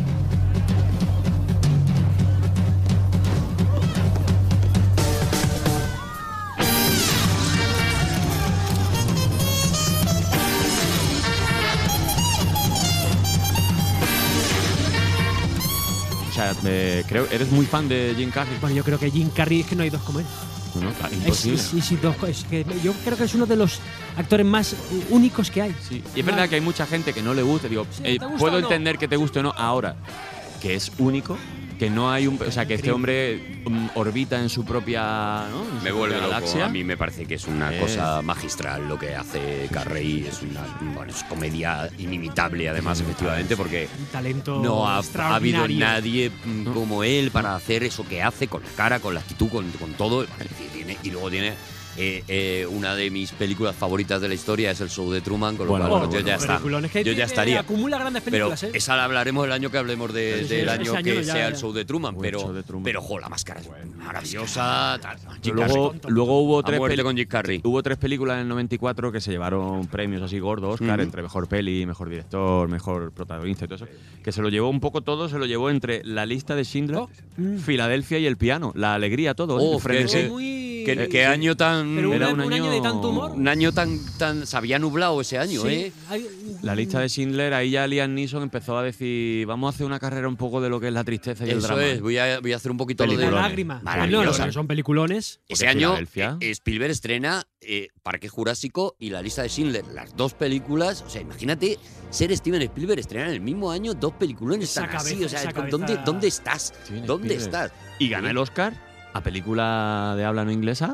O sea, creo, ¿eres muy fan de Jim Carrey? Bueno, yo creo que Jim Carrey es que no hay dos como él. No, claro, imposible. Es que yo creo que es uno de los actores más únicos que hay. Sí. Y es verdad que hay mucha gente que no le gusta. Digo, Sí, ¿te gusta puedo o no? entender que te guste o no. Ahora, que es único, que no hay un… O sea, que este hombre orbita en su propia… ¿no? En su Me vuelve propia loco. galaxia. A mí me parece que es una cosa magistral lo que hace Carrey. Es es comedia inimitable, además, efectivamente, porque Un talento no ha habido extraordinario. nadie como él para hacer eso que hace, con la cara, con la actitud, con todo. Y luego tiene una de mis películas favoritas de la historia, es El Show de Truman, con lo Bueno, cual bueno, yo ya está. Peliculón. Es que Yo ya estaría. acumula grandes Pero películas, ¿eh? esa la hablaremos el año que hablemos Sí, sí, del ese año año que ya, sea ya. El Show de Truman. Uy, Pero, el Show de Truman. pero la máscara es maravillosa. Pero luego hubo A muerte con Jim Carrey. Hubo tres películas en el 94 que se llevaron premios así gordos, Oscar, entre mejor peli, mejor director, mejor protagonista y todo eso. Que se lo llevó un poco todo, se lo llevó entre La lista de Schindler, Filadelfia y El piano. La alegría, todo. Oh, el frenesí. ¿Qué año tan… Pero Era un año de tanto humor. Un año tan… Se había nublado ese año, Sí, ¿eh? La lista de Schindler, ahí ya Liam Neeson empezó a decir, vamos a hacer una carrera un poco de lo que es la tristeza y el Eso drama. es, voy a hacer un poquito lo de… La lágrima. Maravillosa. No, que son peliculones. Ese año Filadelfia. Spielberg estrena Parque Jurásico y La lista de Schindler, las dos películas. O sea, imagínate ser Steven Spielberg, estrenar en el mismo año dos peliculones Esa tan así. cabeza, O sea, esa ¿dónde cabeza. estás? Steven ¿Dónde Spielberg. estás? Y gana el Oscar a película de habla no inglesa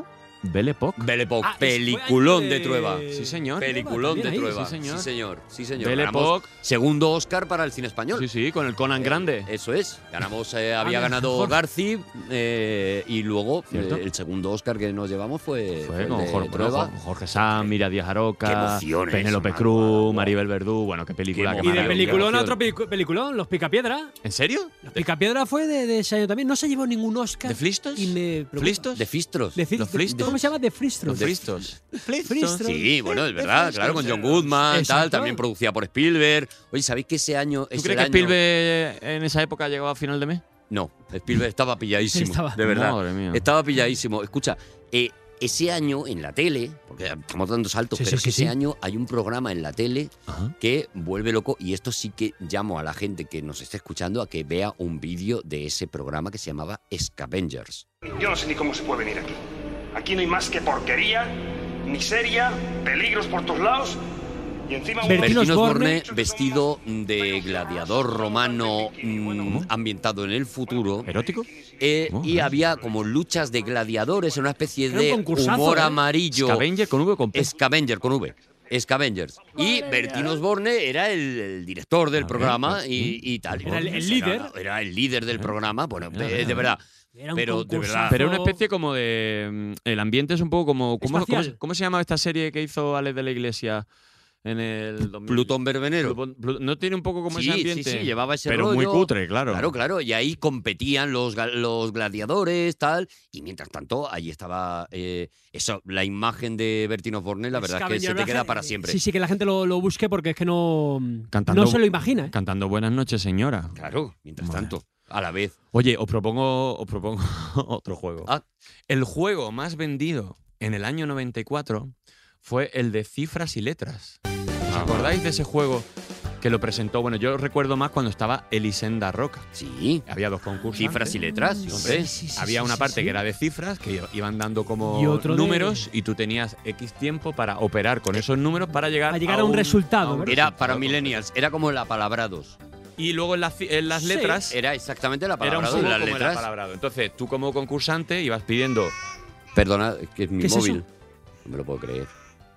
Belle Époque. Belle Époque, Ah, ese fue peliculón año de de- Trueba. Sí, señor. Peliculón de También ahí, Trueba. sí, señor. Sí, señor. Belle Ganamos Époque. segundo Oscar para el cine español. Sí, sí, con el Conan Grande. Eso es. Ganamos, había ganado Jorge. Garci y luego ¿Cierto? el segundo Oscar que nos llevamos fue el Con de Jorge, Trueba. Jorge Sanz, Mira Díaz Qué Aroca, emociones, Penélope Manolo. Cruz, Maribel Verdú. Bueno, qué película. Qué qué Y de maravilla. peliculón a emoción. otro peliculón, Los Picapiedra. ¿En serio? Los Picapiedra fue de ese año también. No se llevó ningún Oscar. ¿De Flistos? Y me preocupa. ¿Flistos? De Fistros. ¿Los Flistos? ¿Cómo se llama? De Fristros. Los Flistos. Flistos. Sí, bueno, es verdad, claro, con John Goodman, Exacto. tal, también producida por Spielberg. Oye, ¿sabéis que ese año ¿Tú es crees el que año- Spielberg en esa época llegaba a final de mes? No, Spielberg estaba pilladísimo, Estaba. de verdad. Madre mía. Estaba pilladísimo. Escucha, ese año en la tele, porque estamos dando saltos, Sí, pero sí, es que sí, ese sí. año hay un programa en la tele que vuelve loco, y esto sí que llamo a la gente que nos esté escuchando a que vea un vídeo de ese programa que se llamaba Scavengers. Yo no sé ni cómo se puede venir aquí. Aquí no hay más que porquería, miseria, peligros por todos lados y encima un Bertino Bertino Osborne. Osborne vestido de gladiador romano ambientado en el futuro. ¿Erótico? Y había como luchas de gladiadores, una especie Era un de concursazo, humor ¿eh? amarillo. Scavenger con V o con P. Scavenger con V. Scavengers. Y Bertino Osborne era el director del programa y tal. Era el líder. Era el líder del programa. Bueno, de verdad. Era un Pero de concursazo. verdad. Pero una especie como de. El ambiente es un poco como. Espacial. ¿Cómo se llama esta serie que hizo Alex de la Iglesia en el 2000? Plutón Verbenero. ¿No tiene un poco como Sí, ese ambiente? sí, llevaba ese Pero rollo. muy cutre, claro. Claro, claro. Y ahí competían los gladiadores, tal. Y mientras tanto, ahí estaba la imagen de Bertino Osborne, la verdad es que se te Scavenger, queda para siempre. Sí, sí, que la gente lo busque porque es que no Cantando- se lo imagina. ¿eh? Cantando Buenas noches, señora. Claro, mientras Bueno. tanto, a la vez. Oye, os propongo otro juego. Ah. El juego más vendido en el año 94 fue el de cifras y letras. ¿Os acordáis de ese juego que lo presentó? Bueno, yo recuerdo más cuando estaba Elisenda Roca. Sí. Había dos concursos. Cifras y letras, hombre. Había una parte que era de cifras, que iban dando como Y otro de- números, y tú tenías X tiempo para operar con esos números para llegar, a un resultado, ¿verdad? Era para millennials, era como el apalabrados. Y luego en las Sí. letras Era exactamente el era un apalabrado poco en las como el letras. apalabrado. Entonces, tú como concursante ibas pidiendo. Perdona, que es mi ¿Qué es móvil. eso? No me lo puedo creer.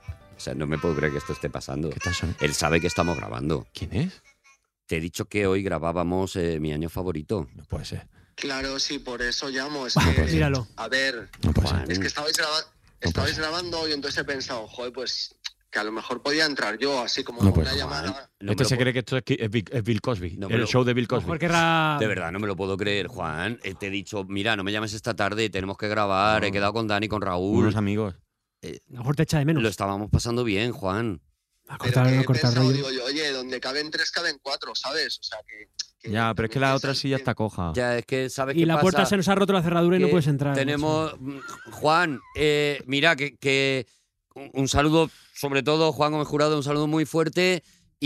O sea, no me puedo creer que esto esté pasando. ¿Qué tal son? Él sabe que estamos grabando. ¿Quién es? Te he dicho que hoy grabábamos mi año favorito. No puede ser. Claro, sí, por eso llamo. Es Bah, que, míralo. a ver, No puede ser. Juan, es que estabais grabando y entonces he pensado, joder, pues que a lo mejor podía entrar yo, así como No puede una ser. llamada. no Este me se lo cree que esto es Bill Cosby. No me el lo- show de Bill Cosby. Mejor querrá. De verdad, no me lo puedo creer, Juan. Te he dicho, mira, no me llames esta tarde, tenemos que grabar. He quedado con Dani, con Raúl. Unos amigos. A lo mejor te echa de menos. Lo estábamos pasando bien, Juan. A Pero cortar, que a he cortar pensado, rollo. digo yo, oye, donde caben 3, caben 4, ¿sabes? O sea, que Ya, pero es que la otra sí ya está coja. Ya, es que, ¿sabes Y qué la pasa? puerta se nos ha roto la cerradura y no Que puedes entrar. Tenemos. Juan, mira, que un saludo, sobre todo, Juan Gómez Jurado, un saludo muy fuerte.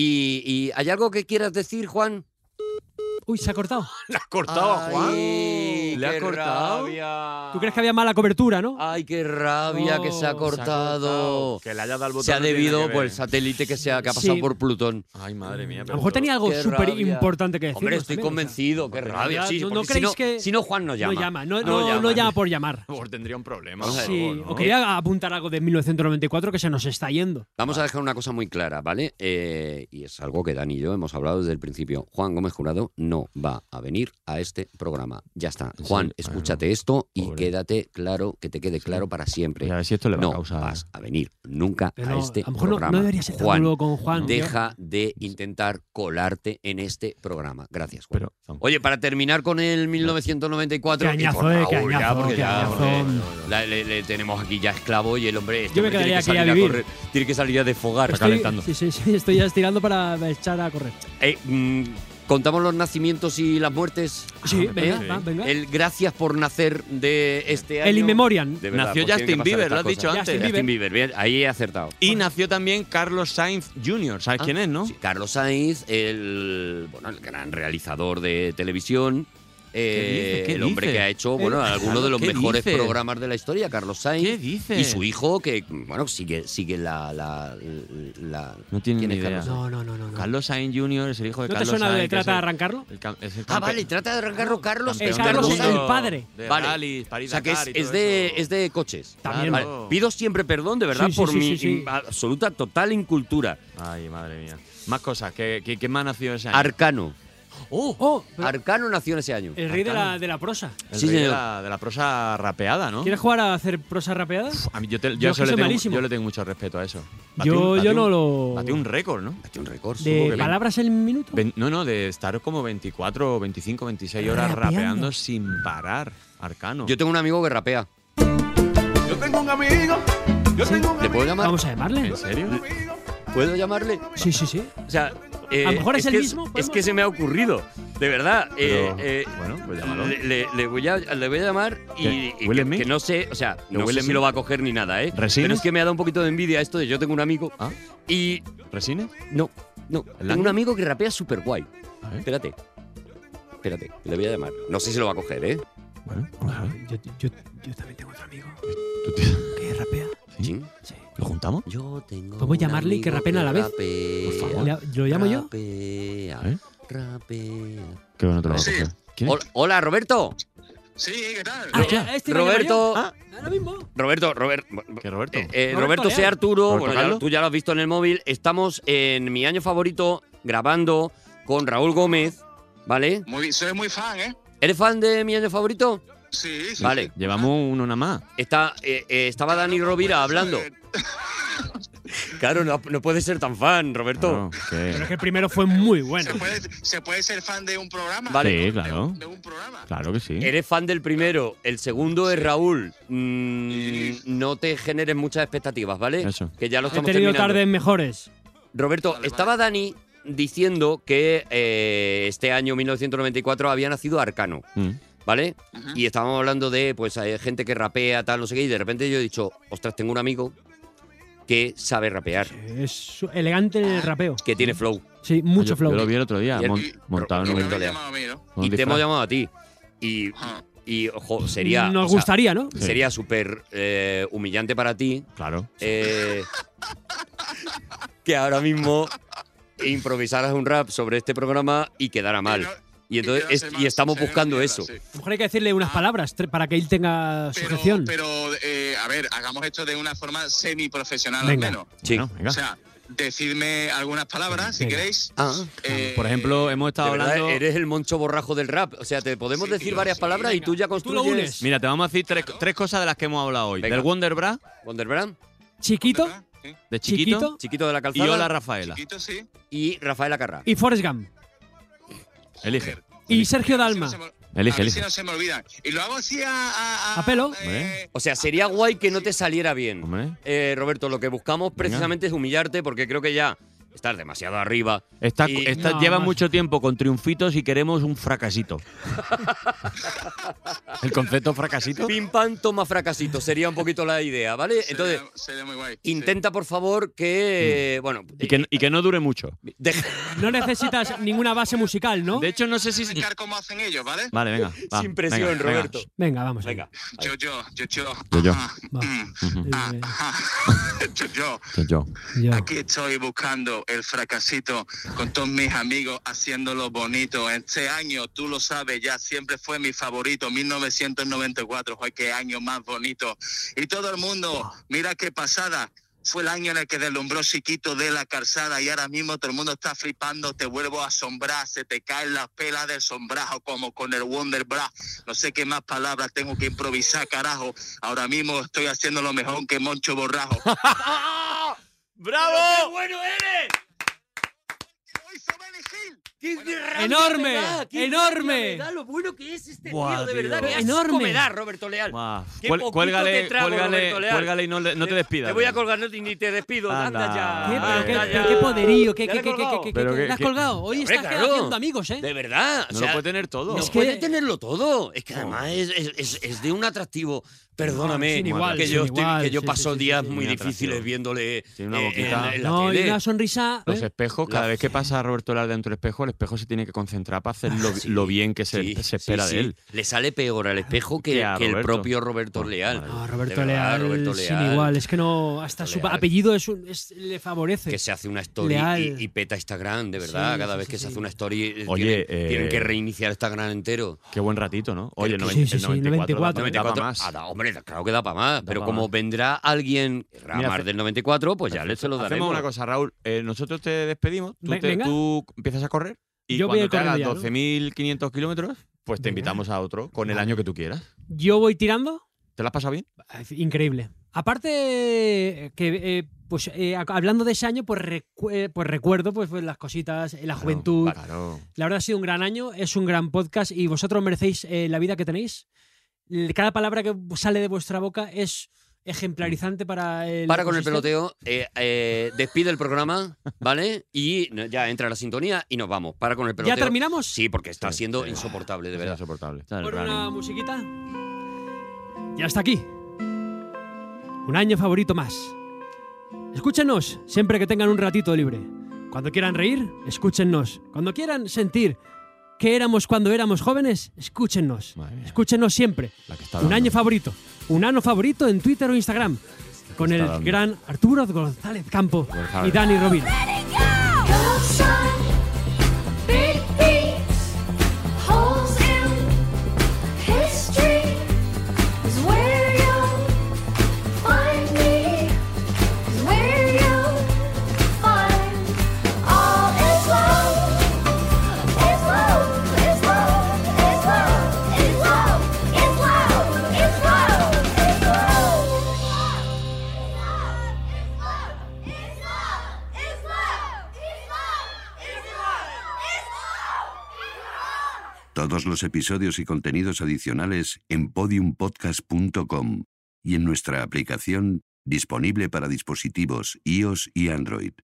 ¿Y hay algo que quieras decir, Juan? Uy, se ha cortado. ¿Le has cortado a Juan? Ay, ¿Le ha qué cortado? rabia. ¿Tú crees que había mala cobertura, no? Ay, qué rabia que se ha Oh, cortado. Que le haya dado el botón. Se ha no tiene debido nada que por ver. el satélite que ha pasado Sí. por Plutón. Ay, madre mía. A lo mejor tenía algo Qué súper rabia. importante que decir. Hombre, estoy convencido, qué rabia. Sí, ¿No porque creéis si no, que.? si no, Juan no llama. No llama, no llama por llamar. A lo mejor tendría un problema. Vamos a ver. Sí, ¿no? o quería apuntar algo de 1994 que se nos está yendo. Vamos a dejar una cosa muy clara, ¿vale? Y es algo que Dani y yo hemos hablado desde el principio. Juan Gómez Jurado no va a venir a este programa. Ya está. Sí, Juan, bueno, escúchate esto y pobre. quédate claro, que te quede claro para siempre. Y a ver si esto le va No a causar. vas a venir nunca Pero a no, este a lo mejor no programa. debería ser tan Juan, duro con Juan. deja de intentar colarte en este programa. Gracias, Juan. Pero, Oye, para terminar con el 1994... Qué y por añazo, qué Raúl, ya, añazo, porque qué ya, añazo. porque le tenemos aquí ya esclavo y el hombre, Yo me hombre quedaría tiene que aquí a salir a vivir. correr, tiene que salir a desfogar. Está calentando. Sí, estoy ya estirando para echar a correr. ¿Contamos los nacimientos y las muertes? Sí, venga, ¿Eh? va, venga. El gracias por nacer de este año. El In Memoriam. De verdad, Nació pues tienen Justin que pasar Bieber, estas lo has dicho cosas. antes. Justin Bieber, bien, ahí he acertado. Y nació también Carlos Sainz Jr. ¿Sabes quién es, no? Sí, Carlos Sainz, el gran realizador de televisión. ¿Qué el hombre dice? que ha hecho, bueno, algunos de los ¿Qué mejores dice? programas de la historia, Carlos Sainz. ¿Qué dice? Y su hijo, que, bueno, sigue la No tiene ¿Quién ni es idea. Carlos No. Carlos Sainz Jr. es el hijo de ¿No te Carlos suena Sainz. de que Trata es de arrancarlo? Vale, trata de arrancarlo Carlos. El campeón Carlos del es el mundo padre. de Vale. rally, O París, sea, que Dakar y es todo de, eso. es de coches. También. Vale. Pido siempre perdón, de verdad, Sí, sí, por sí, mi sí. absoluta, total incultura. Ay, madre mía. Más cosas. ¿Qué más nació ese año? Arcano. Pero Arcano nació en ese año. el rey de la prosa. El Sí, rey de señor. la prosa rapeada, ¿no? ¿Quieres jugar a hacer prosa rapeada? A mí yo Yo es que soy malísimo. le tengo mucho respeto a eso. Yo no lo- Batió un récord, ¿no? Batió un récord. ¿De palabras el minuto? No, de estar como 24, 25, 26 horas Rapeando. rapeando sin parar. Arcano. Yo tengo un amigo que rapea. Yo tengo un amigo. Yo tengo un ¿Le puedo llamar? Vamos a llamarle. ¿En serio? ¿Puedo llamarle? Sí. O sea, A lo mejor es el que mismo, Es ¿podemos? que se me ha ocurrido, de verdad. Pero, bueno, pues llámalo. Le voy a llamar y ¿Will que, Smith? que no sé, o sea, ¿Que no Will sé si Smith? lo va a coger ni nada, ¿eh? ¿Resines? Pero es que me ha dado un poquito de envidia esto de yo tengo un amigo y… ¿Resines? No, ¿El tengo un Lange? amigo que rapea súper guay. A ver. Espérate, le voy a llamar. No sé si lo va a coger, ¿eh? Bueno, vamos a ver. Yo también tengo otro amigo. ¿Tú tienes- ¿Que rapea? ¿Sí? ¿Lo juntamos? Yo tengo ¿Podemos llamarle y que rapeen a la vez? Por favor. ¿Lo llamo yo? Rapea, ¿Eh? rapea. Qué bueno te lo va a Sí. coger. ¿Quién es? Hola, Roberto. Sí, ¿qué tal? Este Roberto. Ahora mismo. Roberto. ¿Qué Roberto? Roberto Leal. soy Arturo. ¿Roberto Bueno, Carlos? tú ya lo has visto en el móvil. Estamos en mi año favorito grabando con Raúl Gómez, ¿vale? Soy muy fan, ¿eh? ¿Eres fan de mi año favorito? Sí. Vale. Llevamos uno nada más. Estaba Dani Rovira hablando. Claro, no puede ser tan fan, Roberto. Claro, Pero es que el primero fue muy bueno. ¿Se puede ser fan de un programa? Vale. Sí, claro. ¿De un programa? Claro que sí. Eres fan del primero, el segundo es Raúl. No te generes muchas expectativas, ¿vale? Eso. Que ya lo He estamos tenido terminando. tardes mejores. Roberto, estaba Dani diciendo que este año 1994 había nacido Arcano, ¿vale? Y estábamos hablando de pues hay gente que rapea, tal, no sé qué, y de repente yo he dicho, ostras, tengo un amigo que sabe rapear, Es elegante en el rapeo. que tiene flow. Sí, mucho flow. Yo lo vi el otro día, Y el- montado en un Roberto Leal. Y te hemos llamado a ti. Y ojo, sería… Nos o sea, gustaría, ¿no? Sería súper humillante para ti. Claro. Que ahora mismo improvisaras un rap sobre este programa y quedara mal. Y entonces estamos buscando eso. A lo mejor hay que decirle unas palabras para que él tenga sujeción. Pero, a ver, hagamos esto de una forma semiprofesional Venga. al menos. Sí. O sea, decidme algunas palabras, si queréis. Por ejemplo, hemos estado De verdad, hablando… eres el Moncho Borrajo del rap. O sea, te podemos decir varias palabras y tú ya construyes… Mira, te vamos a decir tres cosas de las que hemos hablado hoy. Venga. Del Wonder Bra, Wonder Brand, Chiquito de Chiquito, Chiquito de la y Calzada Hola Rafaela. sí. y Rafaela Carrá. y Forrest Gump. Elige. Y Sergio Dalma. Elige, A ver si elige. no se me olvidan. Y lo hago así A pelo. Hombre, O sea, sería guay que no te saliera bien. hombre. Roberto, lo que buscamos precisamente es humillarte porque creo que ya estás demasiado arriba. Esta, Y- esta No, lleva más. mucho tiempo con triunfitos y queremos un fracasito. El concepto fracasito. Pim pam, toma fracasito. Sería un poquito la idea, ¿vale? Entonces, Sería muy guay. intenta por favor que… Bueno, Y que no dure mucho. No necesitas ninguna base musical, ¿no? De hecho, no sé si… Explicar cómo hacen ellos, ¿vale? Vale, venga. va, sin presión, venga, venga. Roberto. Venga, vamos. Venga. Yo. Yo. Yo. Yo. Aquí estoy buscando el fracasito con todos mis amigos haciéndolo bonito. Este año, tú lo sabes, ya siempre fue mi favorito. 1994 fue qué año más bonito. Y todo el mundo, mira qué pasada. Fue el año en el que deslumbró Chiquito de la Calzada y ahora mismo todo el mundo está flipando, te vuelvo a asombrar, se te caen las pelas del sombrajo como con el Wonder Bra. No sé qué más palabras tengo que improvisar, carajo. Ahora mismo estoy haciendo lo mejor que Moncho Borrajo. ¡Bravo! ¡Qué bueno eres! ¡Enorme! ¡Qué ¡Enorme! rabia me da lo bueno que es este Buah, tío, de verdad! tío. ¡Qué asco Enorme. me da, Roberto Leal! Buah. Qué poquito te trago, Roberto Leal. Cuélgale y no te despidas. Te voy a colgar, ni te despido. Anda, Anda. ya. ¿Qué, anda pero ya. qué poderío, qué, Ya qué, le he qué, qué, colgado. qué, Pero qué, que- ¿le has que- colgado? Hoy Hombre, estás claro. haciendo amigos, ¿eh? De verdad. No lo puede tener todo. No Es puede que- tenerlo todo. Es que además es de un atractivo Perdóname, sin igual, que sin yo, igual, que yo sí, paso sí, días sí, muy muy difíciles atractivo. viéndole Tiene una boquita. en la No, y tele. una sonrisa. Los ¿eh? espejos, cada vez que pasa Roberto Lar dentro del espejo se tiene que concentrar para hacer Sí, lo bien que se sí, espera sí, de sí. él. Le sale peor al espejo Que a que el Roberto. propio Roberto Leal. No, De Roberto, verdad, Leal, Roberto sin Leal, igual. Es que no, hasta su Leal. apellido le favorece. que se hace una story Leal. y peta Instagram, de verdad. Sí, Cada sí, vez sí, que se sí. hace una story Oye, tienen que reiniciar Instagram entero. Qué buen ratito, ¿no? Oye, el Sí, sí, sí, 94 94. daba más. Hombre, claro que da para más. Pero pa' como más. vendrá alguien a Mira, más del 94, pues ya se lo daremos. Hacemos una cosa, Raúl. Nosotros te despedimos. Venga. Tú empiezas a correr. Y Yo voy cuando te hagas corriendo ya, ¿no? 12.500 kilómetros, pues te Venga. invitamos a otro con el año que tú quieras. Yo voy tirando. ¿Te la has pasado bien? Increíble. Aparte que hablando de ese año, pues recuerdo pues las cositas, la juventud. Claro. La verdad ha sido un gran año, es un gran podcast y vosotros merecéis la vida que tenéis. Cada palabra que sale de vuestra boca es ejemplarizante para el Para con el ecosistema. peloteo, despide el programa, ¿vale? Y ya entra la sintonía y nos vamos. Para con el peloteo. ¿Ya terminamos? Sí, porque está siendo insoportable, de verdad. Insoportable. Pon una musiquita. Ya está aquí. Un año favorito más. Escúchenos siempre que tengan un ratito libre. Cuando quieran reír, escúchennos. Cuando quieran sentir que éramos cuando éramos jóvenes, escúchennos. Escúchenos siempre. Un año favorito. Un ano favorito en Twitter o Instagram. Con el dando. gran Arturo González Campo y Dani Robin. Todos los episodios y contenidos adicionales en podiumpodcast.com y en nuestra aplicación disponible para dispositivos iOS y Android.